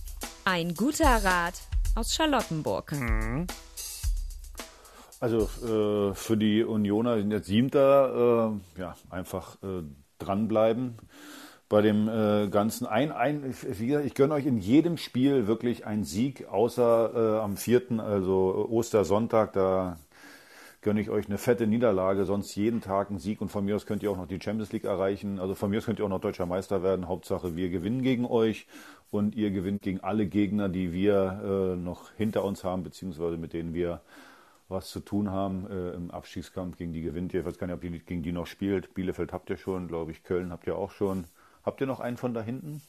Ein guter Rat aus Charlottenburg. Mhm. Also äh, für die Unioner sind jetzt Siebter, äh, ja, einfach äh, dranbleiben bei dem äh, Ganzen. Ein, ein, ich, ich gönne euch in jedem Spiel wirklich einen Sieg, außer äh, am vierten, also Ostersonntag, da gönne ich euch eine fette Niederlage, sonst jeden Tag einen Sieg und von mir aus könnt ihr auch noch die Champions League erreichen. Also von mir aus könnt ihr auch noch Deutscher Meister werden. Hauptsache wir gewinnen gegen euch und ihr gewinnt gegen alle Gegner, die wir äh, noch hinter uns haben, beziehungsweise mit denen wir was zu tun haben äh, im Abstiegskampf. Gegen die gewinnt ihr. Ich weiß gar nicht, ob ihr gegen die noch spielt. Bielefeld habt ihr schon, glaube ich. Köln habt ihr auch schon. Habt ihr noch einen von da hinten?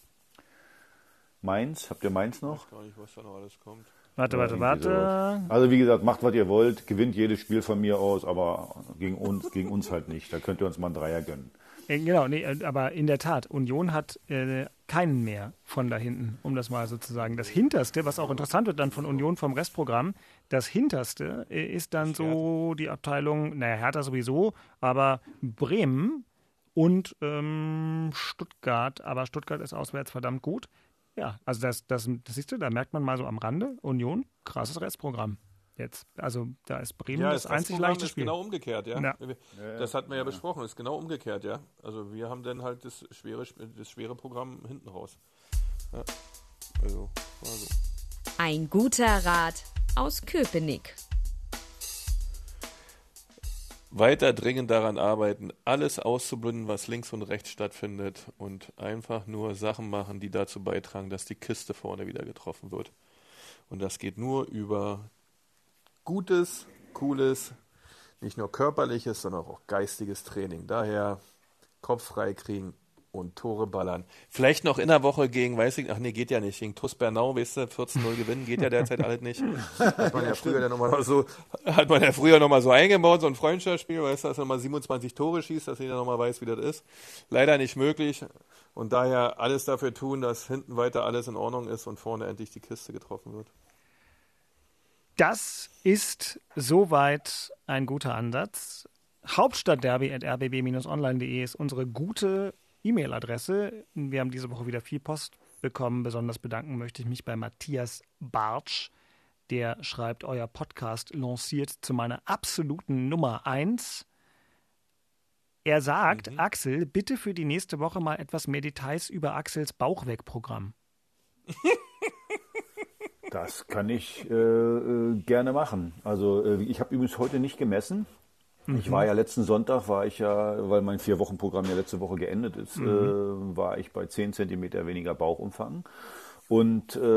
Mainz? Habt ihr Mainz noch? Ich weiß gar nicht, was da noch alles kommt. Warte, warte, warte. Sowas. Also wie gesagt, macht, was ihr wollt, gewinnt jedes Spiel von mir aus, aber gegen uns, gegen uns halt nicht. Da könnt ihr uns mal einen Dreier gönnen. Äh, genau, nee, aber in der Tat, Union hat äh, keinen mehr von da hinten, um das mal so zu sagen. Das Hinterste, was auch interessant wird dann von Union vom Restprogramm, das Hinterste äh, ist dann so die Abteilung, naja, Hertha sowieso, aber Bremen und ähm, Stuttgart, aber Stuttgart ist auswärts verdammt gut. Ja, also das, das, das siehst du, da merkt man mal so am Rande, Union, krasses Restprogramm. Jetzt, also da ist Bremen ja, das, das einzig leichte Spiel. Genau umgekehrt, ja. ja. Das hatten wir ja besprochen, ist genau umgekehrt, ja. Also wir haben dann halt das schwere, das schwere Programm hinten raus. Ja. Also, also. Ein guter Rat aus Köpenick. Weiter dringend daran arbeiten, alles auszublenden, was links und rechts stattfindet und einfach nur Sachen machen, die dazu beitragen, dass die Kiste vorne wieder getroffen wird. Und das geht nur über gutes, cooles, nicht nur körperliches, sondern auch geistiges Training. Daher Kopf frei kriegen, und Tore ballern. Vielleicht noch in der Woche gegen, weiß ich, ach nee, geht ja nicht, gegen TuS Bernau, weißt du, vierzehn null gewinnen, geht ja derzeit alles nicht. Hat man ja früher dann nochmal so, hat man ja früher nochmal so eingebaut, so ein Freundschaftsspiel, weißt du, dass man mal siebenundzwanzig Tore schießt, dass jeder nochmal weiß, wie das ist. Leider nicht möglich und daher alles dafür tun, dass hinten weiter alles in Ordnung ist und vorne endlich die Kiste getroffen wird. Das ist soweit ein guter Ansatz. Hauptstadtderby at r b b Bindestrich online punkt de ist unsere gute E-Mail-Adresse. Wir haben diese Woche wieder viel Post bekommen. Besonders bedanken möchte ich mich bei Matthias Bartsch. Der schreibt, euer Podcast lanciert zu meiner absoluten Nummer eins. Er sagt, mhm. Axel, bitte für die nächste Woche mal etwas mehr Details über Axels Bauchweg-Programm. Das kann ich äh, äh, gerne machen. Also äh, ich habe übrigens heute nicht gemessen. Mhm. Ich war ja letzten Sonntag, war ich ja, weil mein Vier-Wochen-Programm ja letzte Woche geendet ist, mhm. äh, war ich bei zehn Zentimeter weniger Bauchumfang. Und äh,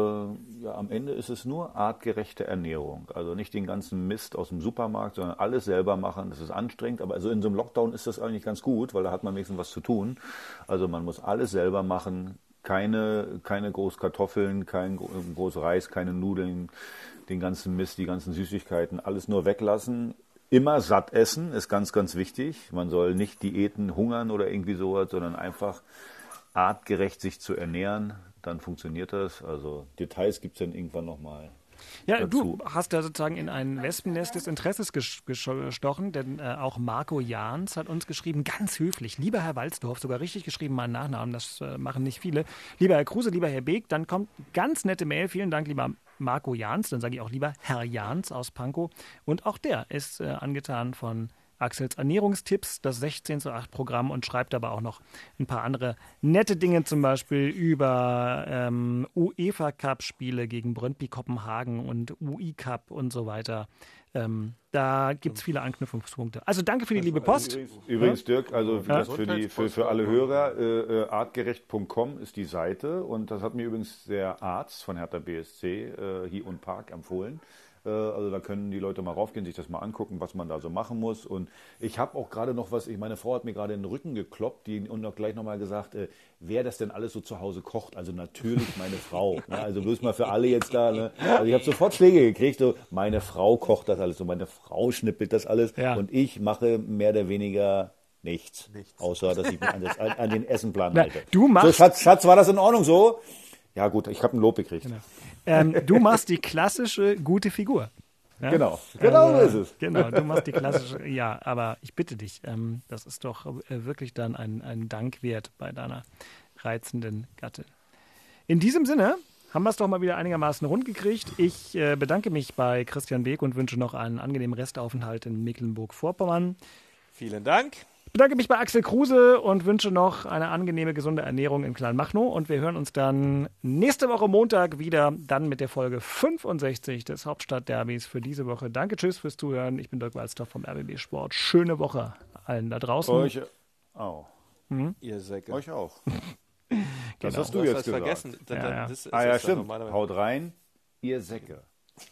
ja, am Ende ist es nur artgerechte Ernährung. Also nicht den ganzen Mist aus dem Supermarkt, sondern alles selber machen. Das ist anstrengend, aber also in so einem Lockdown ist das eigentlich ganz gut, weil da hat man wenigstens was zu tun. Also man muss alles selber machen. Keine, keine groß Kartoffeln, kein groß Reis, keine Nudeln, den ganzen Mist, die ganzen Süßigkeiten, alles nur weglassen. Immer satt essen ist ganz, ganz wichtig. Man soll nicht Diäten, hungern oder irgendwie sowas, sondern einfach artgerecht sich zu ernähren. Dann funktioniert das. Also Details gibt es dann irgendwann nochmal. Ja, dazu. Du hast da sozusagen in ein Wespennest des Interesses gestochen, denn äh, auch Marco Jahns hat uns geschrieben, ganz höflich, lieber Herr Walzdorf, sogar richtig geschrieben, meinen Nachnamen, das äh, machen nicht viele, lieber Herr Kruse, lieber Herr Beek, dann kommt ganz nette Mail, vielen Dank, lieber Marco Jahns, dann sage ich auch lieber Herr Jahns aus Pankow und auch der ist äh, angetan von Axels Ernährungstipps, das sechzehn zu acht Programm und schreibt aber auch noch ein paar andere nette Dinge, zum Beispiel über ähm, UEFA-Cup-Spiele gegen Brøndby Kopenhagen und U I-Cup und so weiter. Ähm, da gibt es viele Anknüpfungspunkte. Also danke für die liebe Post. Übrigens, übrigens Dirk, also ja? für, die, für, für alle Hörer, äh, artgerecht punkt com ist die Seite und das hat mir übrigens der Arzt von Hertha B S C, äh, Hie und Park, empfohlen. Also da können die Leute mal raufgehen, sich das mal angucken, was man da so machen muss. Und ich habe auch gerade noch was, ich, meine Frau hat mir gerade in den Rücken gekloppt die, und auch gleich nochmal gesagt, äh, wer das denn alles so zu Hause kocht. Also natürlich meine Frau. Ne? Also bloß mal für alle jetzt da. Ne? Also ich habe sofort Schläge gekriegt, so meine Frau kocht das alles, so meine Frau schnippelt das alles ja. Und ich mache mehr oder weniger nichts, nichts. Außer dass ich mich an, das, an den Essenplan halte. Na, du machst so, Schatz, Schatz, war das in Ordnung so? Ja gut, ich habe ein Lob gekriegt. Genau. Ähm, du machst die klassische gute Figur. Ja? Genau, genau so also, ist es. Genau, du machst die klassische, ja, aber ich bitte dich, ähm, das ist doch äh, wirklich dann ein, ein Dank wert bei deiner reizenden Gattin. In diesem Sinne haben wir es doch mal wieder einigermaßen rund gekriegt. Ich äh, bedanke mich bei Christian Beek und wünsche noch einen angenehmen Restaufenthalt in Mecklenburg-Vorpommern. Vielen Dank. Ich bedanke mich bei Axel Kruse und wünsche noch eine angenehme, gesunde Ernährung in Kleinmachnow. Und wir hören uns dann nächste Woche Montag wieder, dann mit der Folge fünfundsechzig des Hauptstadtderbys für diese Woche. Danke, tschüss fürs Zuhören. Ich bin Dirk Walzdorf vom R B B Sport. Schöne Woche allen da draußen. Euch auch. Mhm. Ihr Säcke. Euch auch. Genau. Das hast du, du hast jetzt gesagt. Vergessen. Ja, ja. Das ist, ah ja, das stimmt. Haut rein, ihr Säcke.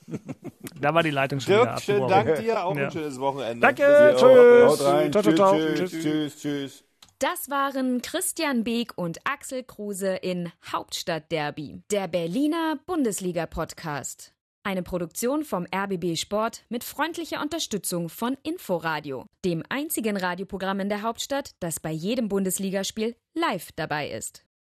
Da war die Leitung schon wieder abgebrochen. Schönen Dank dir, auch ja. Ein schönes Wochenende. Danke, tschüss. Haut rein. Ciao, tschüss, ciao, tschüss, tschüss, tschüss, tschüss. Das waren Christian Beek und Axel Kruse in Hauptstadtderby, der Berliner Bundesliga-Podcast. Eine Produktion vom R B B Sport mit freundlicher Unterstützung von Inforadio, dem einzigen Radioprogramm in der Hauptstadt, das bei jedem Bundesligaspiel live dabei ist.